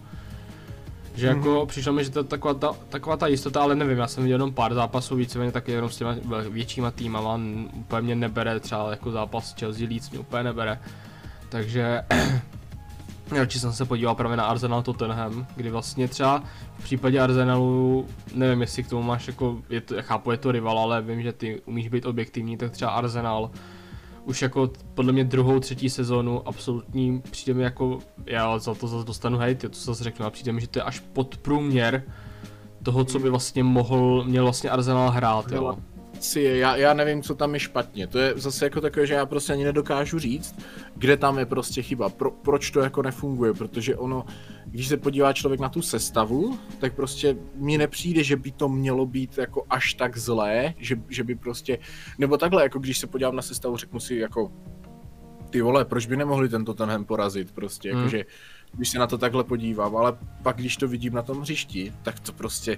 Že jako mm-hmm. přišlo mi, že to je taková ta, taková ta jistota, ale nevím, já jsem viděl jenom pár zápasů, víceméně taky jenom s těma většíma týmama, úplně mě nebere, třeba jako zápas Chelsea Leeds mě úplně nebere, takže radši jsem se podíval právě na Arsenal Tottenham, kdy vlastně třeba v případě Arsenalu, nevím jestli k tomu máš jako, je to, já chápu, je to rival, ale vím, že ty umíš být objektivní, tak třeba Arsenal už jako podle mě druhou, třetí sezónu absolutní, přijde mi jako, já za to zase dostanu hejt, to zase řeknu, a přijde mi, že to je až podprůměr toho, co by vlastně mohl, měl vlastně Arsenal hrát, jo. Si, já, já nevím, co tam je špatně, to je zase jako takové, že já prostě ani nedokážu říct, kde tam je prostě chyba, Pro, proč to jako nefunguje, protože ono, když se podívá člověk na tu sestavu, tak prostě mi nepřijde, že by to mělo být jako až tak zlé, že, že by prostě, nebo takhle, jako když se podívám na sestavu, řeknu si jako, ty vole, proč by nemohli tento Tottenham porazit prostě, hmm. jakože, když se na to takhle podívám, ale pak když to vidím na tom hřišti, tak to prostě,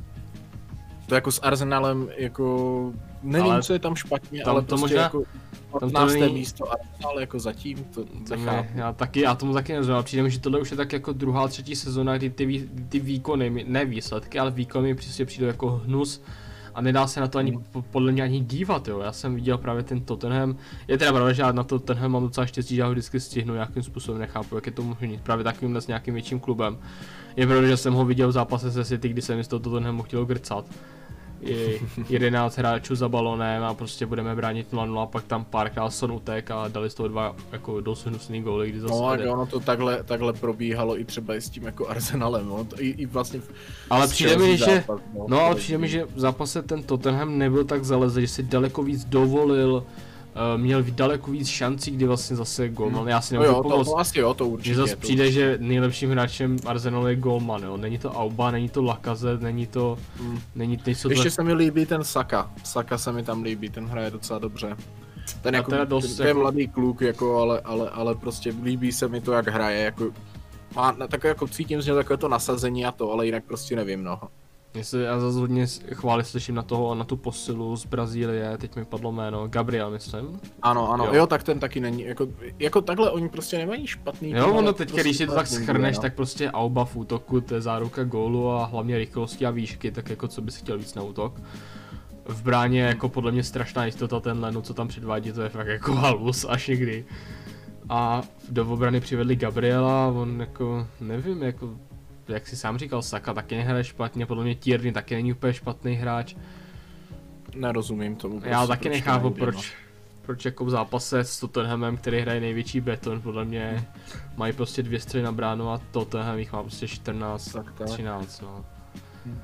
to jako s Arsenalem, jako, nevím, ale co je tam špatně, tam ale to prostě možná, jako patnácté není... místo Arsenal jako zatím, to, to nechápu. Já taky, já tomu taky nezvím, ale přijde mi, že tohle už je tak jako druhá, třetí sezona, kdy ty, vý, ty výkony, ne výsledky, ale výkony mi prostě přijdou jako hnus a nedá se na to ani hmm. podle mě ani dívat, jo. Já jsem viděl právě ten Tottenham, je teda pravda, že já na to Tottenham mám docela štěstí, že já ho vždycky stihnu nějakým způsobem, nechápu, jak je to možné, právě takovýmhle s nějakým větším klubem. Je pravda, že jsem ho viděl v zápase se City, kdy jsem mi z toho Tottenhamu chtěl grcat. Je jedenáct hráčů za balonem a prostě budeme bránit nula nula, pak tam párkrát Son utek a dali z toho dva jako dost hnusný góly, kdy zase... No a ono to takhle, takhle probíhalo i třeba i s tím jako Arsenalem, no, I, i vlastně... Ale přijde mi, že... Zápas, no, no ale přijde mi, že v zápase ten Tottenham nebyl tak zaleze, že si daleko víc dovolil, Uh, měl daleko víc šancí, kdy vlastně zase golman, já si nemůžu no pomoct, to, to asi jo, to určitě. Že zase to přijde, určitě. Že nejlepším hráčem Arsenalu je golman, jo, není to Auba, není to Lacazette, není to, hmm. není to něco... Ještě to... se mi líbí ten Saka, Saka se mi tam líbí, ten hraje docela dobře. Ten, jako, ten, dost, ten jako... mladý kluk, jako, ale, ale, ale prostě líbí se mi to, jak hraje, jako... Má, tak jako cítím z něho takové to nasazení a to, ale jinak prostě nevím, no. Jestli já zase hodně chvály slyším na toho, na tu posilu z Brazílie, teď mi padlo jméno, Gabriel myslím. Ano, ano, jo, jo tak ten taky není, jako, jako takhle oni prostě nemají špatný. Jo, ono teď, prostě když si to tak schrneš, no. Tak prostě Auba v útoku, to je záruka gólu a hlavně rychlosti a výšky, tak jako co by si chtěl víc na útok. V bráně jako podle mě strašná jistota ten Lenu, co tam předvádí, to je fakt jako halus až někdy. A do obrany přivedli Gabriela, on jako, nevím, jako... Jak si sám říkal, Saka taky nehraje špatně, podle mě Tierney taky není úplně špatný hráč. Nerozumím tomu. Prostě, já taky nechápu, proč, no. proč jako v zápase s Tottenhamem, který hraje největší beton, podle mě hmm. mají prostě dvě střely na bránu a Tottenham jich má prostě čtrnáct, třináct, no. Hmm.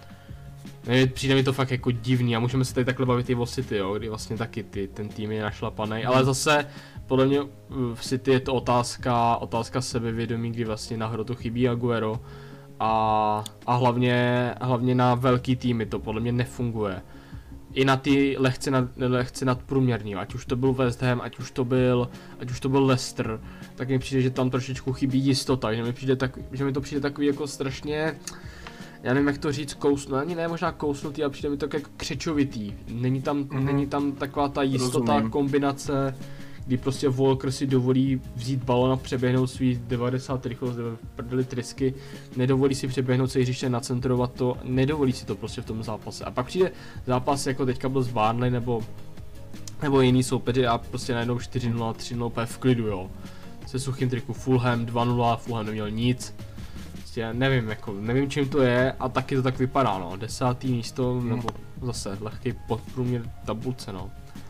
Ne, přijde mi to fakt jako divný a můžeme se tady takhle bavit i o City, jo, kdy vlastně taky ty, ten tým je našlapaný, hmm. ale zase podle mě v City je to otázka, otázka sebevědomí, kdy vlastně na hrotu chybí Aguero a, a hlavně, hlavně na velký týmy to podle mě nefunguje. I na ty lehce, nad, lehce nadprůměrný, ať už to byl West Ham, ať už to byl, ať už to byl Leicester, tak mi přijde, že tam trošičku chybí jistota, že mi, přijde tak, že mi to přijde takový jako strašně, já nevím jak to říct, kousnu, ani ne možná kousnutý, ale přijde mi to jako křečovitý, není tam, mm-hmm. není tam taková ta jistota, rozumím. Kombinace, kdy prostě Walker si dovolí vzít balon a přeběhnout svý devadesát rychlost, prdeli trysky, nedovolí si přeběhnout se hřiště, nacentrovat to, nedovolí si to prostě v tom zápase. A pak přijde zápas jako teďka byl z Burnley nebo, nebo jiný soupeři a prostě najednou čtyři nula, tři nula úplně v klidu, jo. Se suchým triku Fulham dva nula, Fulham neměl nic. Prostě nevím, jako, nevím čím to je a taky to tak vypadá, no. Desátý místo, hmm. nebo zase lehký podprůměr tabulce, no.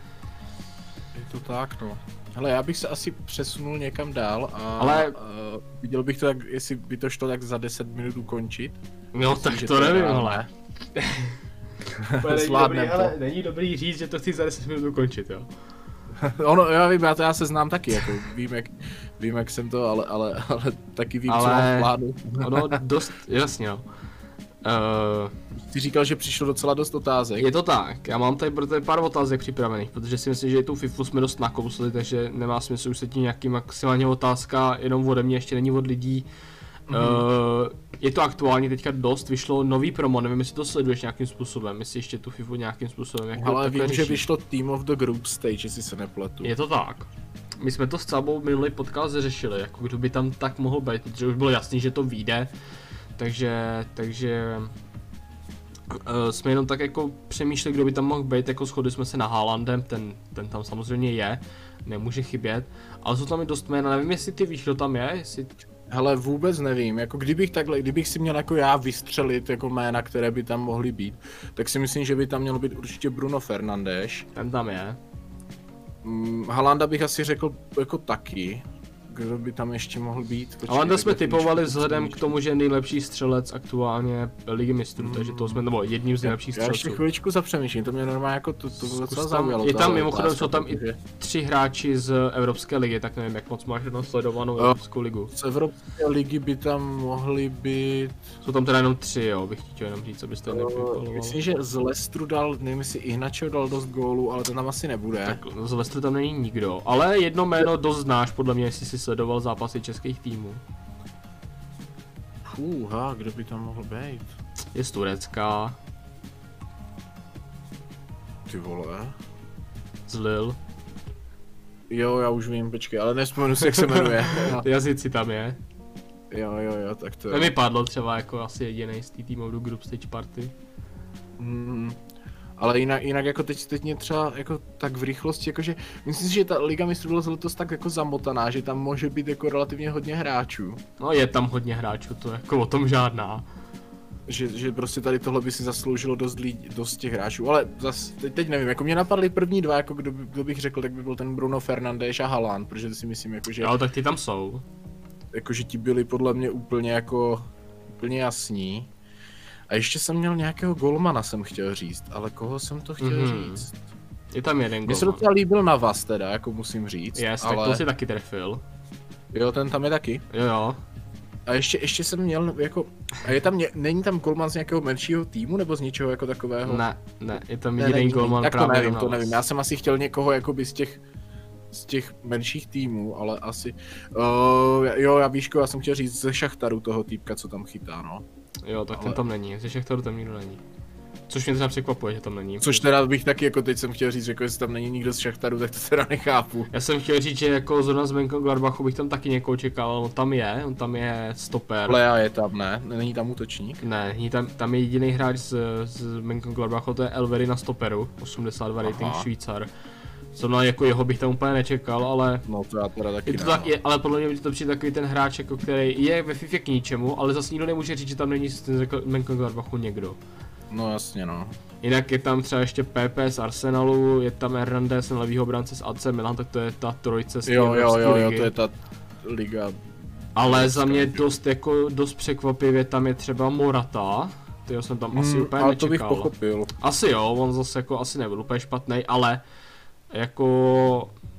Je to tak, no. Hele, já bych se asi přesunul někam dál a ale... uh, viděl bych to, jak, jestli by to šlo tak za deset minut ukončit. No myslím, tak to nevím, ale. Zvládnem to. Hele, není dobrý říct, že to chci za deset minut ukončit, jo. Ono, já vím, já to já se znám taky, jako vím jak, vím jak jsem to, ale, ale, ale taky vím, ale... co mám v plánu. Ono dost, jasně no. Uh, Ty říkal, že přišlo docela dost otázek. Je to tak, já mám tady pro tady pár otázek připravených, protože si myslím, že tu FIFU jsme dost nakousli, takže nemá smysl už se tím nějaký maximálně otázka, jenom ode mě, ještě není od lidí. Mm-hmm. Uh, je to aktuálně teďka dost, vyšlo nový promo, nevím jestli to sleduješ nějakým způsobem, jestli ještě tu FIFU nějakým způsobem jako ale vím, řeší. Že vyšlo Team of the Group Stage, jestli se nepletu. Je to tak. My jsme to s Cabou minulý podcast řešili, jako kdo by tam tak mohl být, protože už bylo jasný, že to vyjde. Takže, takže uh, jsme jenom tak jako přemýšleli, kdo by tam mohl být, jako shodli jsme se na Haalandem, ten, ten tam samozřejmě je, nemůže chybět, ale jsou tam i dost jména, nevím jestli ty víš, kdo tam je, jestli... Hele, vůbec nevím, jako kdybych takhle, kdybych si měl jako já vystřelit jako jména, které by tam mohly být, tak si myslím, že by tam měl být určitě Bruno Fernandes. Ten tam je. Mm, Haalanda bych asi řekl jako taky. Kdo by tam ještě mohl být? Ale jsme typovali vzhledem k tomu, že je nejlepší střelec aktuálně Ligy mistrů, mm. takže to jsme, nebo jedním z nejlepších střelců. Já ještě chviličku zapřemýšlím, to mě normálně jako to, to docela zaujalo. Je tam mimochodem, jsou tam i tři hráči z Evropské ligy, tak nevím, jak moc máš jednou sledovanou Evropskou ligu. Z Evropské ligy by tam mohly být... Jsou tam teda jenom tři, jo, bych chtěl jenom říct, abyste to nevypaloval. Myslím, že z Leicesteru dal, nevím jestli Iheanacho dal dost gólů, ale ten tam asi nebude. Tak z Leicesteru tam není nikdo, ale jedno jméno dost znáš, podle mě, jestli si sledoval zápasy českých týmů. Fúha, kdo by tam mohl být? Je z Turecka. Ty vole. Z Lille. Jo, já už vím, počkej, ale nevzpomenu si, jak se jmenuje. Jazyci tam je. Jo, jo, jo, tak to je. Mi padlo třeba jako asi jedinej z té týmu do Group Stage Party. Mm. Ale jinak, jinak jako teď, teď mě třeba jako tak v rychlosti, jakože myslím si, že ta Liga mistrů byla letos tak jako zamotaná, že tam může být jako relativně hodně hráčů. No je tam hodně hráčů, to je jako o tom žádná. Že, že prostě tady tohle by si zasloužilo dost, lidí, dost těch hráčů, ale zas, teď, teď nevím, jako mě napadly první dva, jako kdo, kdo bych řekl, tak by byl ten Bruno Fernandes a Haaland, protože si myslím jako, že... Jo, tak ty tam jsou. Jakože ti byli podle mě úplně jako, úplně jasní. A ještě jsem měl nějakého golmana, jsem chtěl říct, ale koho jsem to chtěl mm-hmm. říct? Je tam jeden golman. Mně se docela líbil na vás teda, jako musím říct. Yes, ale... tak to si taky trefil. Jo, ten tam je taky. Jo, jo. A ještě, ještě jsem měl jako, a je tam, ně, není tam golman z nějakého menšího týmu, nebo z něčeho jako takového? Ne, ne, je tam jediný golman tak právě to nevím, na to vás. nevím, já jsem asi chtěl někoho jakoby z těch, z těch menších týmů, ale asi, uh, jo, já víš, já jsem chtěl říct ze Šachtaru toho týpka, co tam chytá, no. Jo, tak ale... ten tam není, ze Šachtaru tam nikdo není. Což mě teda překvapuje, že tam není. Což teda bych taky jako teď jsem chtěl říct, jako jestli tam není nikdo z Šachtaru, tak to teda nechápu. Já jsem chtěl říct, že jako zrovna z Mönchengladbachu bych tam taky někoho čekal, ale on tam je, on tam je stoper. Lea je tam, ne? Není tam útočník? Ne, není tam, tam je jediný hráč z, z Mönchengladbachu, to je Elvery na stoperu, osmdesát dva rating Švýcar. Zrovna jako jeho bych tam úplně nečekal, ale... No to já teda taky je to ne, tak, no. je, ale podle mě by to přijde takový ten hráč, jako který je ve FIFA k ničemu, ale zase nikdo nemůže říct, že tam není z Mönchengladbachu někdo. No jasně no. Jinak je tam třeba ještě P P z Arsenalu, je tam Hernandez, ten levýho bránce z A C Milan, tak to je ta trojce z jo, jo, jo, ligy. jo, to je ta liga. Ale za mě dost jako dost překvapivě tam je třeba Morata, tyho jsem tam hmm, asi úplně ale nečekal. To bych pochopil. Asi jo, on zase jako asi nebyl úplně špatný, ale jako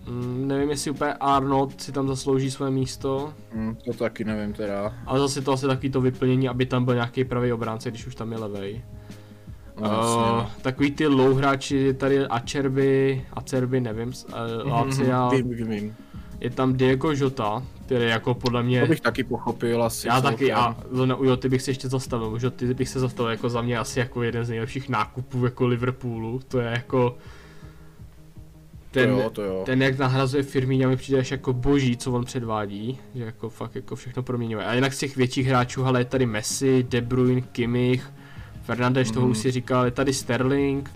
Mm, nevím, jestli úplně Arnold si tam zaslouží své místo. Mm, to taky nevím teda. Ale zase to asi takový to vyplnění, aby tam byl nějaký pravý obránce, když už tam je levej. No, uh, takový ty low hráči, tady Acerbi, Acerbi, nevím, uh, Lazia. Vím, vím, vím. Je tam Diego Jota, který jako podle mě... To bych taky pochopil asi. Já taky a na Joty bych se ještě zastavil, Joty bych se zastavil jako za mě asi jako jeden z nejlepších nákupů jako Liverpoolu, to je jako... Ten, to jo, to jo. ten jak nahrazuje Firmína mi přijde až jako boží, co on předvádí, že jako fakt jako všechno proměňuje. A jinak z těch větších hráčů, ale je tady Messi, De Bruyne, Kimmich, Fernandes, mm. toho už si říkal, je tady Sterling,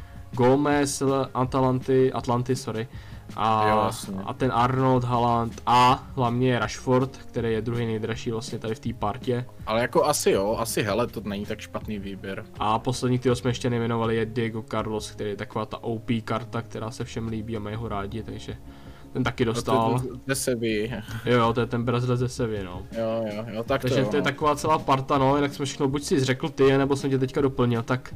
Gomez, Atalanty, Atlanty, sorry. A, jo, a ten Arnold, Haaland a hlavně Rashford, který je druhý nejdražší vlastně tady v té partě. Ale jako asi jo, asi hele, to není tak špatný výběr. A poslední, kterého jsme ještě nejmenovali, je Diego Carlos, který je taková ta O P karta, která se všem líbí a mají ho rádi, takže ten taky dostal. No to je ze Sevy. Jo, to je ten Brazilec ze Sevy, no. Jo, jo, jo, tak takže to jo, to je no. Taková celá parta, no, jinak jsme všechno buď si řekl ty, nebo jsem tě teďka doplnil, tak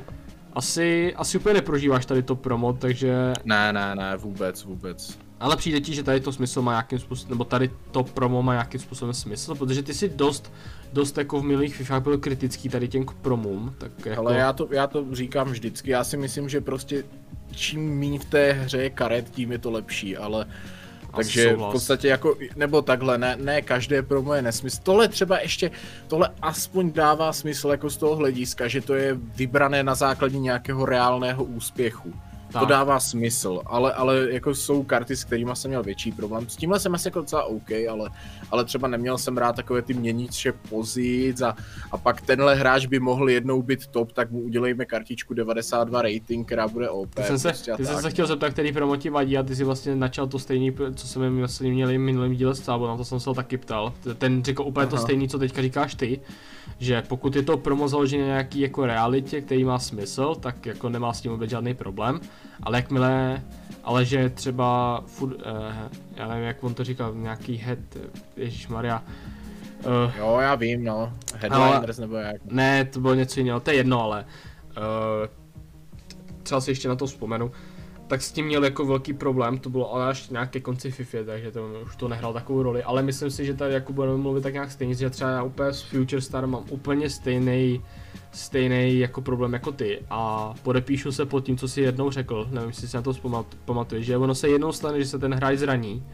asi, asi úplně neprožíváš tady to promo, takže... Ne, ne, ne, vůbec, vůbec. Ale přijde ti, že tady to smysl má nějakým způsobem, nebo tady to promo má nějakým způsobem smysl, protože ty si dost, dost jako v minulých FIFách byl kritický tady těm k promům, tak jako... Ale já to, já to říkám vždycky, já si myslím, že prostě čím méně v té hře je karet, tím je to lepší, ale... Takže v podstatě jako, nebo takhle, ne, ne každé promo je nesmysl. Tohle třeba ještě, tohle aspoň dává smysl jako z toho hlediska, že to je vybrané na základě nějakého reálného úspěchu. Tak. To dává smysl, ale, ale jako jsou karty, s kterými jsem měl větší problém. S tímhle jsem asi jako docela OK, ale, ale třeba neměl jsem rád takové ty měnící pozic a, a pak tenhle hráč by mohl jednou být top, tak mu udělejme kartičku devadesát dva rating, která bude O P. Ty jsem se, prostě ty jsem se chtěl zeptat, který promo ti vadí a ty si vlastně načal to stejný, co jsme vlastně měli v minulém díle s Cábou, na to jsem se ho taky ptal. Ten řekl úplně Aha. to stejný, co teďka říkáš ty, že pokud je to promo založené na nějaký jako realitě, který má smysl, tak jako nemá s tím vůbec žádný problém. Ale jakmile, ale že třeba, furt, uh, já nevím, jak on to říkal, nějaký head, ježišmarja. Uh, jo, já vím, no, headliners nebo jak. Ne, to bylo něco jiného, to je jedno, ale uh, třeba si ještě na to vzpomenu. Tak s tím měl jako velký problém, to bylo ale až nějak ke konci FIFA, takže to už to nehrál takovou roli, ale myslím si, že tady jako budeme mluvit tak nějak stejně, že třeba já úplně s Future Star mám úplně stejný stejný jako problém jako ty a podepíšu se pod tím, co si jednou řekl, nevím, jestli si na to pamatuješ, že ono se jednou stane, že se ten hráč zraní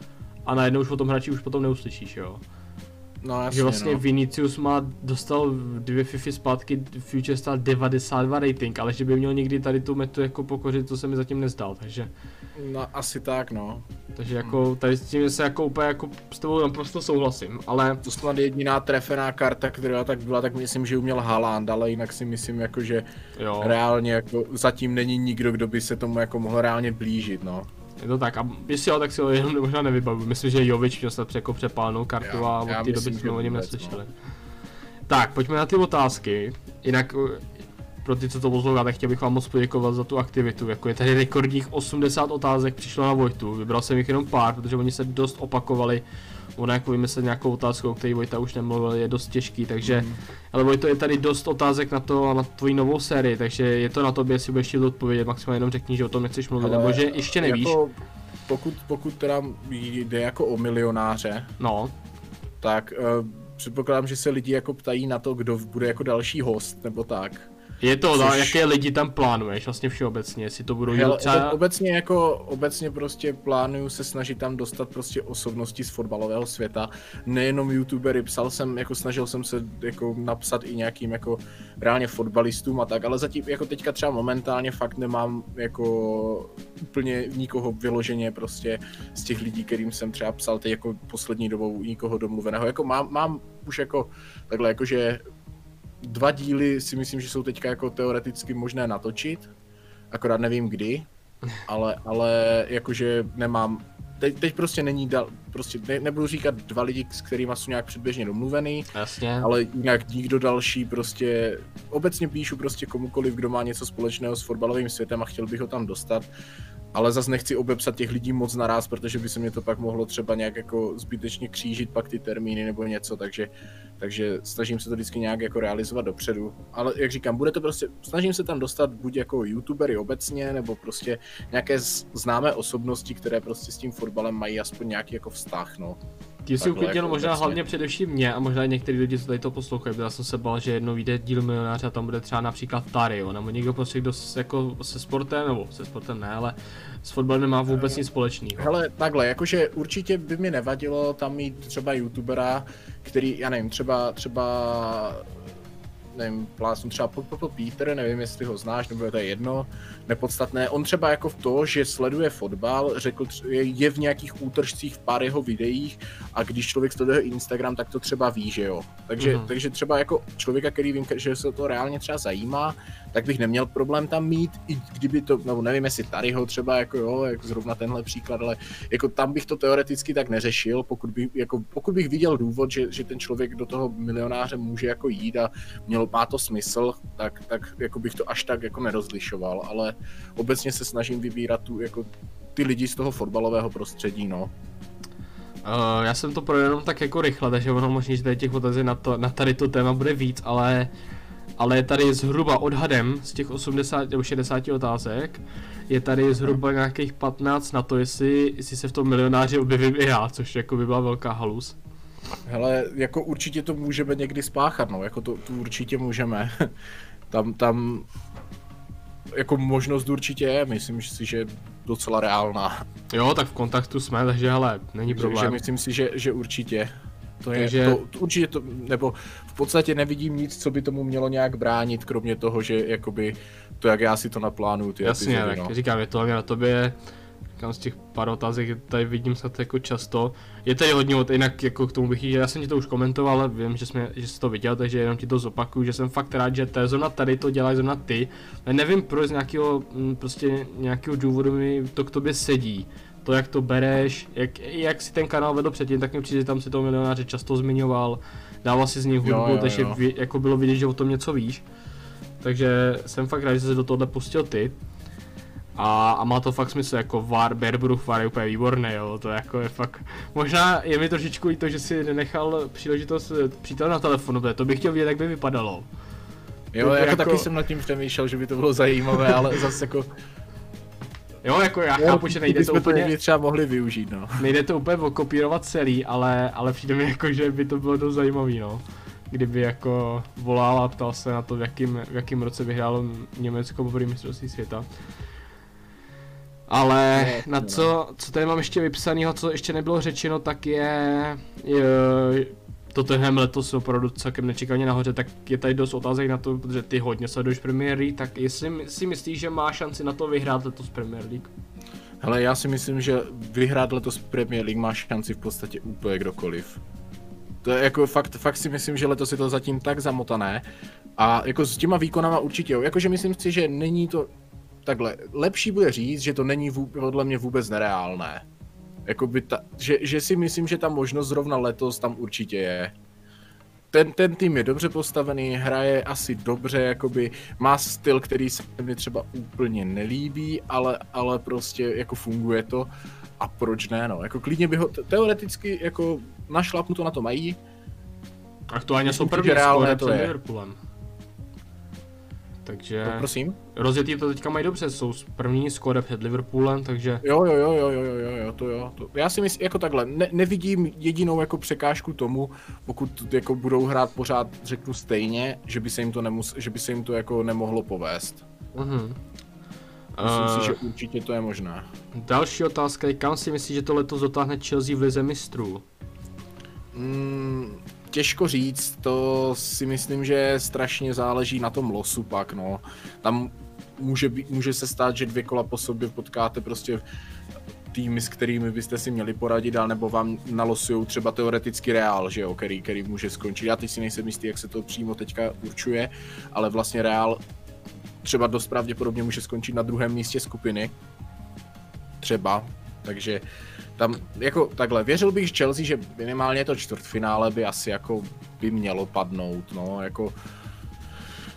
a najednou už o tom hráči už potom neuslyšíš, jo. No, jasně, že vlastně no. Vinicius má, dostal dvě FIFA zpátky Future Star devadesát dva rating, ale že by měl někdy tady tu metu jako pokořit, to se mi zatím nezdál, takže... No asi tak, no. Takže jako tady s tím se jako úplně jako s tebou naprosto souhlasím, ale... To snad jediná trefená karta, která tak byla, tak myslím, že uměl Haaland, ale jinak si myslím jako, že jo. Reálně jako zatím není nikdo, kdo by se tomu jako mohl reálně blížit, no. Je to tak, a jestli jo, tak si ho jenom možná nevybavu. Myslím, že Jovič měl snad jako přepálenou kartu já, a od té doby jsme o něm neslyšeli. No. Tak, pojďme na ty otázky. Jinak pro ty, co to posloucháte, chtěl bych vám moc poděkovat za tu aktivitu. Jako je tady rekordních osmdesát otázek přišlo na Vojtu. Vybral jsem jich jenom pár, protože oni se dost opakovali. Ono jako vymyslet nějakou otázku, o které Vojta už nemluvil, je dost těžký, takže... Mm. Ale Vojto, je tady dost otázek na to a na tvoji novou sérii, takže je to na tobě, jestli budeš chtít odpovědět, maximálně jenom řekni, že o tom nechceš mluvit, ale nebo že ještě nevíš. Jako, pokud, pokud teda jde jako o milionáře, no. tak uh, předpokládám, že se lidi jako ptají na to, kdo bude jako další host, nebo tak. Je to, Což... jaké lidi tam plánuješ vlastně všeobecně, jestli to budou Hele, třeba... Obecně jako, obecně prostě plánuju se snažit tam dostat prostě osobnosti z fotbalového světa, nejenom youtubery, psal jsem, jako snažil jsem se jako napsat i nějakým jako reálně fotbalistům a tak, ale zatím jako teďka třeba momentálně fakt nemám jako úplně nikoho vyloženě prostě z těch lidí, kterým jsem třeba psal teď jako poslední dobou nikoho domluveného, jako mám, mám už jako takhle jakože dva díly si myslím, že jsou teďka jako teoreticky možné natočit, akorát nevím kdy, ale, ale jakože nemám, teď, teď prostě není, dal, prostě ne, nebudu říkat dva lidi, s kterými jsou nějak předběžně domluvený, jasně. Ale jinak nikdo další prostě, obecně píšu prostě komukoliv, kdo má něco společného s fotbalovým světem a chtěl bych ho tam dostat. ale zase nechci obepsat těch lidí moc naraz, protože by se mě to pak mohlo třeba nějak jako zbytečně křížit pak ty termíny nebo něco, takže, takže snažím se to vždycky nějak jako realizovat dopředu. Ale jak říkám, bude to prostě, snažím se tam dostat buď jako youtubery obecně, nebo prostě nějaké známé osobnosti, které prostě s tím fotbalem mají aspoň nějaký jako vztah, no. Ty jsi uklidnil jako možná obecně. Hlavně především mě a možná některý lidi, co tady to poslouchají, já jsem se bál, že jednou vyjde díl Milionáře a tam bude třeba například Tario, nebo někdo prostě, kdo jako se sportem, nebo se sportem ne, ale s fotbalem nemá vůbec nic společného. Hele, takhle, jakože určitě by mi nevadilo tam mít třeba youtubera, který, já nevím, třeba, třeba nevím, plásnu třeba Popopl Peter, nevím, jestli ho znáš, nebo je to jedno, nepodstatné. On třeba jako v to, že sleduje fotbal, řekl, je v nějakých útržcích v pár jeho videích a když člověk sleduje Instagram, tak to třeba ví, že jo. Takže, mm. takže třeba jako člověka, který vím, že se to reálně třeba zajímá, tak bych neměl problém tam mít, i kdyby to, nebo nevím, jestli Taryho třeba, jako jo, jak zrovna tenhle příklad, ale jako tam bych to teoreticky tak neřešil, pokud bych, jako, pokud bych viděl důvod, že, že ten člověk do toho Milionáře může jako jít a mělo, má to smysl, tak, tak jako bych to až tak jako nerozlišoval, ale obecně se snažím vybírat tu, jako, ty lidi z toho fotbalového prostředí, no. Uh, já jsem to projel jenom tak jako rychle, takže ono možná, že tady těch otázek na, to, na tady to téma bude víc, ale ale je tady zhruba odhadem z těch osmdesáti nebo šedesáti otázek, je tady zhruba nějakých patnáct na to, jestli, jestli se v tom Milionáři objevím i já, což jako by byla velká halus. Hele, jako určitě to můžeme někdy spáchat, no, jako to, to určitě můžeme. tam, tam, jako možnost určitě je, myslím si, že je docela reálná. Jo, tak v kontaktu jsme, takže hele, není problém. Takže myslím si, že, že určitě. To je, takže... to, to určitě to, nebo v podstatě nevidím nic, co by tomu mělo nějak bránit, kromě toho, že jakoby to, jak já si to naplánuju, ty Jasně, epizody, tak no. říkám, je to hlavně na tobě, říkám z těch pár otázek, tady vidím se to jako často. Je tady hodně od, jinak jako k tomu bych, já jsem ti to už komentoval, ale vím, že, jsme, že jsi to viděl, takže jenom ti to zopakuju, že jsem fakt rád, že to zrovna tady to děláš zrovna ty. Nevím proč z nějakého, prostě nějakého důvodu mi to k tobě sedí. To, jak to bereš, jak, jak si ten kanál vedl předtím, tak mi přijde, že tam si toho Milionáře často zmiňoval, dával si z něj hudbu, jo, jo, takže jo. Jako bylo vidět, že o tom něco víš. Takže jsem fakt rád, že jsi se do tohohle pustil ty. A, a má to fakt smysl, jako VAR, Berbruch VAR je úplně výborný, jo, to jako je fakt, možná je mi trošičku i to, že si nenechal příležitost přítele na telefonu, protože to bych chtěl vidět, jak by vypadalo. Jo, jako, jako taky jsem nad tím přemýšlel, že by to bylo zajímavé, ale zase jako... Jo, jako já chápu, že nejde to úplně... To třeba mohli využít, no. Nejde to úplně okopírovat celý, ale, ale přijde mi jako, že by to bylo dost zajímavý, no. Kdyby jako volal a ptal se na to, v jakým, v jakým roce vyhrálo Německo poprvé mistrovství světa. Ale no, na co, co tady mám ještě vypsanýho, co ještě nebylo řečeno, tak je, je Tottenham letos opravdu celkem nečekaně nahoře, tak je tady dost otázek na to, protože ty hodně sleduješ Premier League, tak jestli si myslíš, že má šanci na to vyhrát letos Premier League? Hele, já si myslím, že vyhrát letos Premier League má šanci v podstatě úplně kdokoliv. To je jako fakt, fakt si myslím, že letos je to zatím tak zamotané a jako s těma výkonama určitě, jo. Jakože myslím si, že není to takhle, lepší bude říct, že to není vů, podle mě vůbec nereálné. Jakoby ta, že, že si myslím, že ta možnost zrovna letos tam určitě je. Ten, ten tým je dobře postavený, hraje asi dobře, jakoby má styl, který se mi třeba úplně nelíbí, ale, ale prostě jako funguje to a proč ne, no, jako klidně by ho, teoreticky jako našlapnu to na to mají. Aktuálně jsou první skóre před Liverpoolem. Takže... No, prosím? Rozjetý to teďka mají dobře, jsou první skóre před Liverpoolem, takže... Jo, jo, jo, jo, jo, jo, jo, to jo. To... Já si myslím, jako takhle, ne, nevidím jedinou jako překážku tomu, pokud jako budou hrát pořád, řeknu stejně, že by se jim to, nemus... že by se jim to jako nemohlo povést. Mhm. Myslím uh... si, že určitě to je možné. Další otázka je, kam si myslíš, že to letos dotáhne Chelsea v lize mistrů? Mm... Těžko říct, to si myslím, že strašně záleží na tom losu pak, no. Tam může, být, může se stát, že dvě kola po sobě potkáte prostě týmy, s kterými byste si měli poradit, nebo vám nalosujou třeba teoreticky Real, že jo, který, který může skončit. Já teď si nejsem jistý, jak se to přímo teďka určuje, ale vlastně Real třeba dost pravděpodobně může skončit na druhém místě skupiny. Třeba, takže tam jako takhle, věřil bych Chelsea, že minimálně to čtvrtfinále by asi jako by mělo padnout, no, jako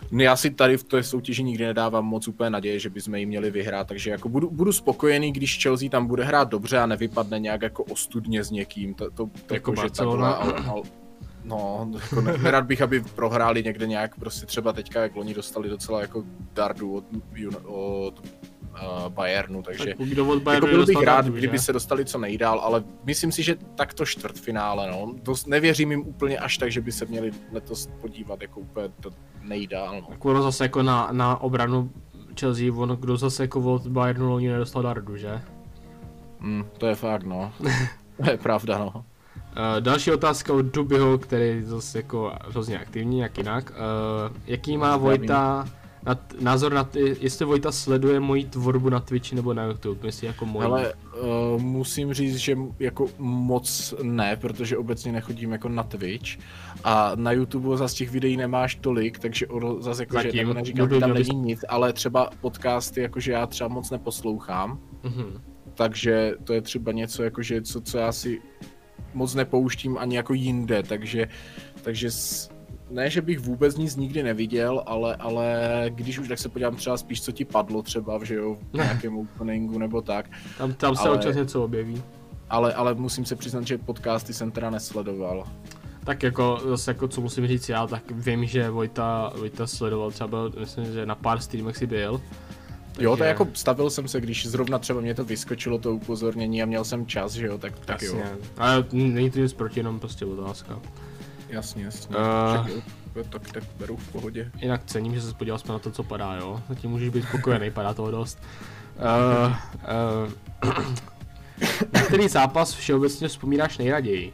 No já si tady v té soutěži nikdy nedávám moc úplně naděje, že bychom ji měli vyhrát, takže jako budu, budu spokojený, když Chelsea tam bude hrát dobře a nevypadne nějak jako ostudně s někým. To, to, to jako že Barcelona. Takhle, ale, ale, no, jako ne, nerad bych, aby prohráli někde nějak, prostě třeba teďka, jak loni dostali docela jako dardu od, od uh, Bayernu, takže tak kdo od Bayernu jako byl bych rád, dardu, kdyby že? se dostali co nejdál, ale myslím si, že takto čtvrtfinále, no, dost nevěřím jim úplně až tak, že by se měli letos podívat jako úplně to nejdál, no. Tak ono zase jako na, na obranu Chelsea, ono kdo zase jako od Bayernu loni nedostal dardu, že? Mm, to je fakt, no. To je pravda, no. Uh, další otázka od Dubyho, který je zase jako hrozně aktivní, jak jinak. Uh, jaký má Vojta na t- názor na ty, jestli Vojta sleduje moji tvorbu na Twitchi nebo na YouTube, myslí jako moji? Ale uh, musím říct, že jako moc ne, protože obecně nechodím jako na Twitch a na YouTube zase těch videí nemáš tolik, takže ono zase jako, Zatím, že nebo neříkám, budu že tam měl není nic, ale třeba podcasty, jakože já třeba moc neposlouchám, Mhm. takže to je třeba něco, jakože co, co já si moc nepouštím ani jako jinde, takže, takže s, ne, že bych vůbec nic nikdy neviděl, ale, ale když už, tak se podívám třeba spíš, co ti padlo třeba, že jo, v nějakém openingu nebo tak. Tam, tam se ale, občas něco objeví. Ale, ale musím se přiznat, že podcasty jsem teda nesledoval. Tak jako, zase jako co musím říct já, tak vím, že Vojta, Vojta sledoval třeba, byl, myslím, že na pár streamech si byl. Takže... Jo, to jako stavil jsem se, když zrovna třeba mě to vyskočilo, to upozornění a měl jsem čas, že jo, tak, tak jo. Ale není to nic proti, jenom prostě otázka. Jasně, jasně. Uh, jo, tak, tak beru v pohodě. Jinak cením, že se podíval jsme na to, co padá, jo. Zatím můžeš být spokojený, padá toho dost. Uh, uh, na který zápas všeobecně vzpomínáš nejraději?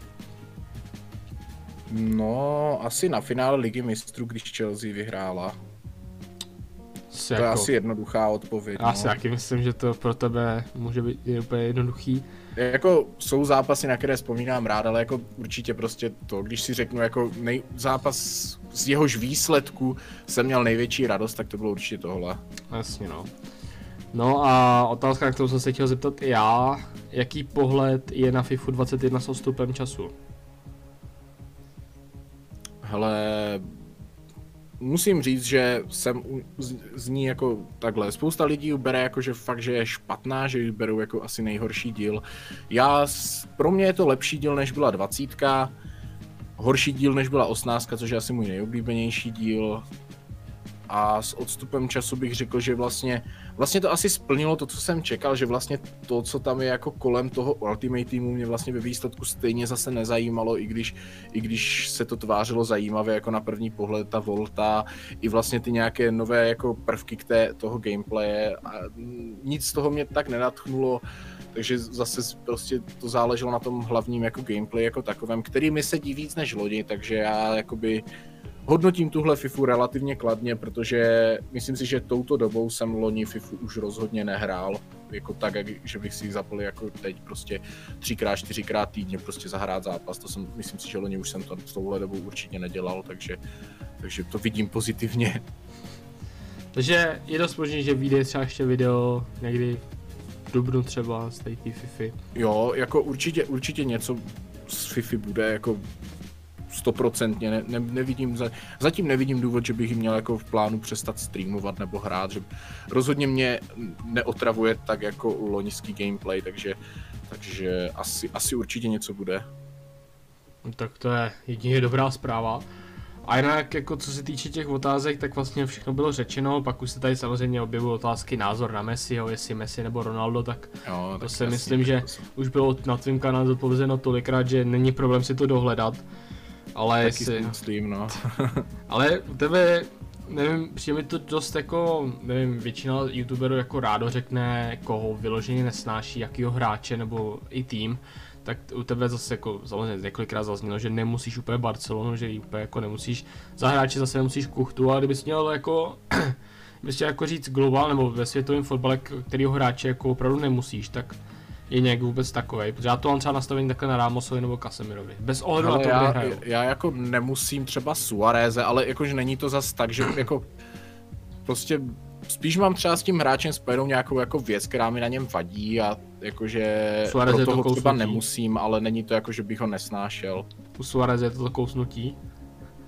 No, asi na finále Ligy mistrů, když Chelsea vyhrála. To jako, je asi jednoduchá odpověď. Já no. si taky myslím, že to pro tebe může být úplně jednoduchý. Jako jsou zápasy, na které vzpomínám rád, ale jako určitě prostě to, když si řeknu jako nej, zápas z jehož výsledku jsem měl největší radost, tak to bylo určitě tohle. Jasně no. No a otázka, na kterou jsem se chtěl zeptat i já, jaký pohled je na FIFA dvacet jedna s odstupem času? Hele, musím říct, že jsem z, z ní jako takhle, spousta lidí ji bere jako, že fakt, že je špatná, že ji berou jako asi nejhorší díl. Já, pro mě je to lepší díl, než byla dvacítka, horší díl, než byla osmnáctka, což je asi můj nejoblíbenější díl. A s odstupem času bych řekl, že vlastně, vlastně to asi splnilo to, co jsem čekal, že vlastně to, co tam je jako kolem toho Ultimate Teamu, mě vlastně ve výsledku stejně zase nezajímalo, i když, i když se to tvářilo zajímavě jako na první pohled ta Volta, i vlastně ty nějaké nové jako prvky k té, toho gameplaye a nic z toho mě tak nenadchnulo, takže zase prostě to záleželo na tom hlavním jako gameplay jako takovém, který mi sedí víc než loni, takže já jakoby hodnotím tuhle FIFU relativně kladně, protože myslím si, že touto dobou jsem loni FIFU už rozhodně nehrál, jako tak, jak, že bych si ji zapl jako teď prostě třikrát, čtyřikrát týdně prostě zahrát zápas, to jsem, myslím si, že loni už jsem to s touhle dobou určitě nedělal, takže, takže to vidím pozitivně. Takže je dost možný, že vyjde třeba ještě video někdy v dubnu třeba z té FIFA. Jo, jako určitě, určitě něco z FIFA bude, jako stoprocentně, ne, ne, nevidím, zatím nevidím důvod, že bych ji měl jako v plánu přestat streamovat nebo hrát, že rozhodně mě neotravuje tak jako loňský gameplay, takže, takže asi, asi určitě něco bude. No, tak to je jedině dobrá zpráva. A jinak, jako co se týče těch otázek, tak vlastně všechno bylo řečeno, pak už se tady samozřejmě objevují otázky, názor na Messiho, jestli Messi nebo Ronaldo, tak jo, to tak si jasný, myslím, že to jsem... už bylo na tvém kanále zodpovězeno tolikrát, že není problém si to dohledat. Ale taky jestli... myslím, no. Ale u tebe, nevím, přijde mi to dost jako, nevím, většina youtuberů jako rádo řekne, koho vyloženě nesnáší, jakýho hráče nebo i tým, tak u tebe zase jako samozřejmě několikrát zaznělo, že nemusíš úplně Barcelonu, že ji úplně jako nemusíš, za hráče zase nemusíš Kuchtu, ale kdybys měl jako, kdybys chtěl jako říct globál nebo ve světovém fotbale, kterýho hráče jako opravdu nemusíš, tak je nějak vůbec takovej, protože já to mám třeba nastavení takhle na Ramosovi nebo Casemirovi, bez ohledu na to, já, kde hrajou. Já jako nemusím třeba Suareze, ale jakože není to zas tak, že jako prostě spíš mám třeba s tím hráčem spojenou nějakou jako věc, která mi na něm vadí a jakože Suarez pro toho to třeba kousnutí. nemusím, ale není to jako, že bych ho nesnášel. U Suareze je to kousnutí?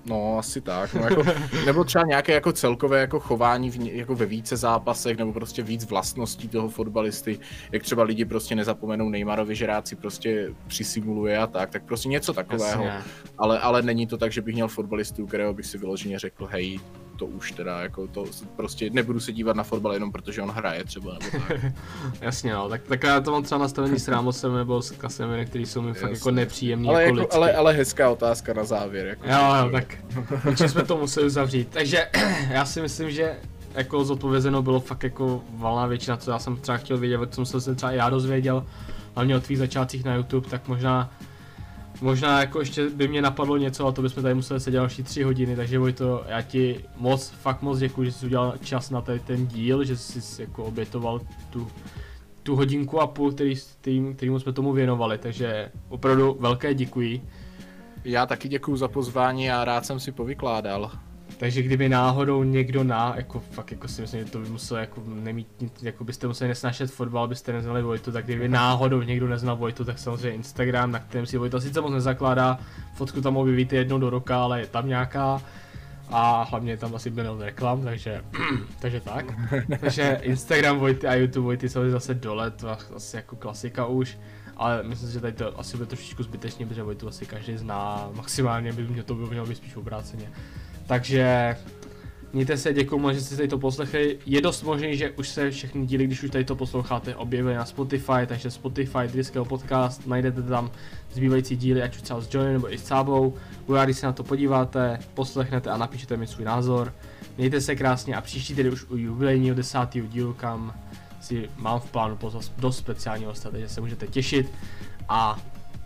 No, asi tak, no, jako, nebo třeba nějaké jako celkové jako chování v, jako ve více zápasech, nebo prostě víc vlastností toho fotbalisty, jak třeba lidi prostě nezapomenou Neymarovi, že rád si prostě přisimuluje a tak, tak prostě něco takového, ale, ale není to tak, že bych měl fotbalistu, kterého bych si vyloženě řekl, hej, to už teda, jako to prostě nebudu se dívat na fotbal jenom protože on hraje třeba, nebo tak. Jasně no, tak, tak já to mám třeba nastavený s Ramosem nebo s Casemiro, který jsou mi fakt jako nepříjemný, ale, jako jako, ale, ale hezká otázka na závěr. Jako jo, jo, tak určitě jsme to museli uzavřít, takže já si myslím, že jako zodpovězeno bylo fakt jako valná většina, co já jsem třeba chtěl vědět, co jsem se třeba já dozvěděl, hlavně o tvých začátcích na YouTube, tak možná Možná jako ještě by mě napadlo něco, a to bychom tady museli sedět další tři hodiny, takže Vojto, já ti moc, fakt moc děkuji, že jsi udělal čas na tady ten díl, že jsi jako obětoval tu, tu hodinku a půl, který, který, kterýmu jsme tomu věnovali, takže opravdu velké děkuji. Já taky děkuji za pozvání a rád jsem si povykládal. Takže kdyby náhodou někdo na, jako fakt jako si myslím, že to by musel jako nemít, jako byste museli nesnášet fotbal, byste neznali Vojtu, tak kdyby náhodou někdo neznal Vojtu, tak samozřejmě Instagram, na kterém si Vojta sice moc nezakládá, fotku tam objevíte jednou do roka, ale je tam nějaká a hlavně je tam asi milion reklam, takže, takže tak. Takže Instagram Vojty a YouTube Vojty jsou zase dole, to asi jako klasika už. Ale myslím si, že tady to asi bude trošičku zbytečně, protože Vojtu asi každý zná, maximálně by mě to mělo být spíš obráceně. Takže mějte se, děkuju moc, že jste tady to poslechli. Je dost možný, že už se všechny díly, když už tady to posloucháte, objevily na Spotify, takže Spotify, Driského podcast, najdete tam zbývající díly, ať už třeba s Johnny nebo i s Cábou. Budu rád, když se na to podíváte, poslechnete a napíšete mi svůj názor. Mějte se krásně a příští tedy už u jubilejního desátého dílu, kam si mám v plánu pozvat dost speciálního hosta, takže se můžete těšit a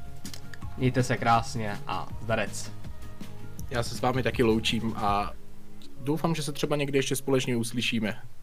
mějte se krásně a zdarec. Já se s vámi taky loučím a doufám, že se třeba někdy ještě společně uslyšíme.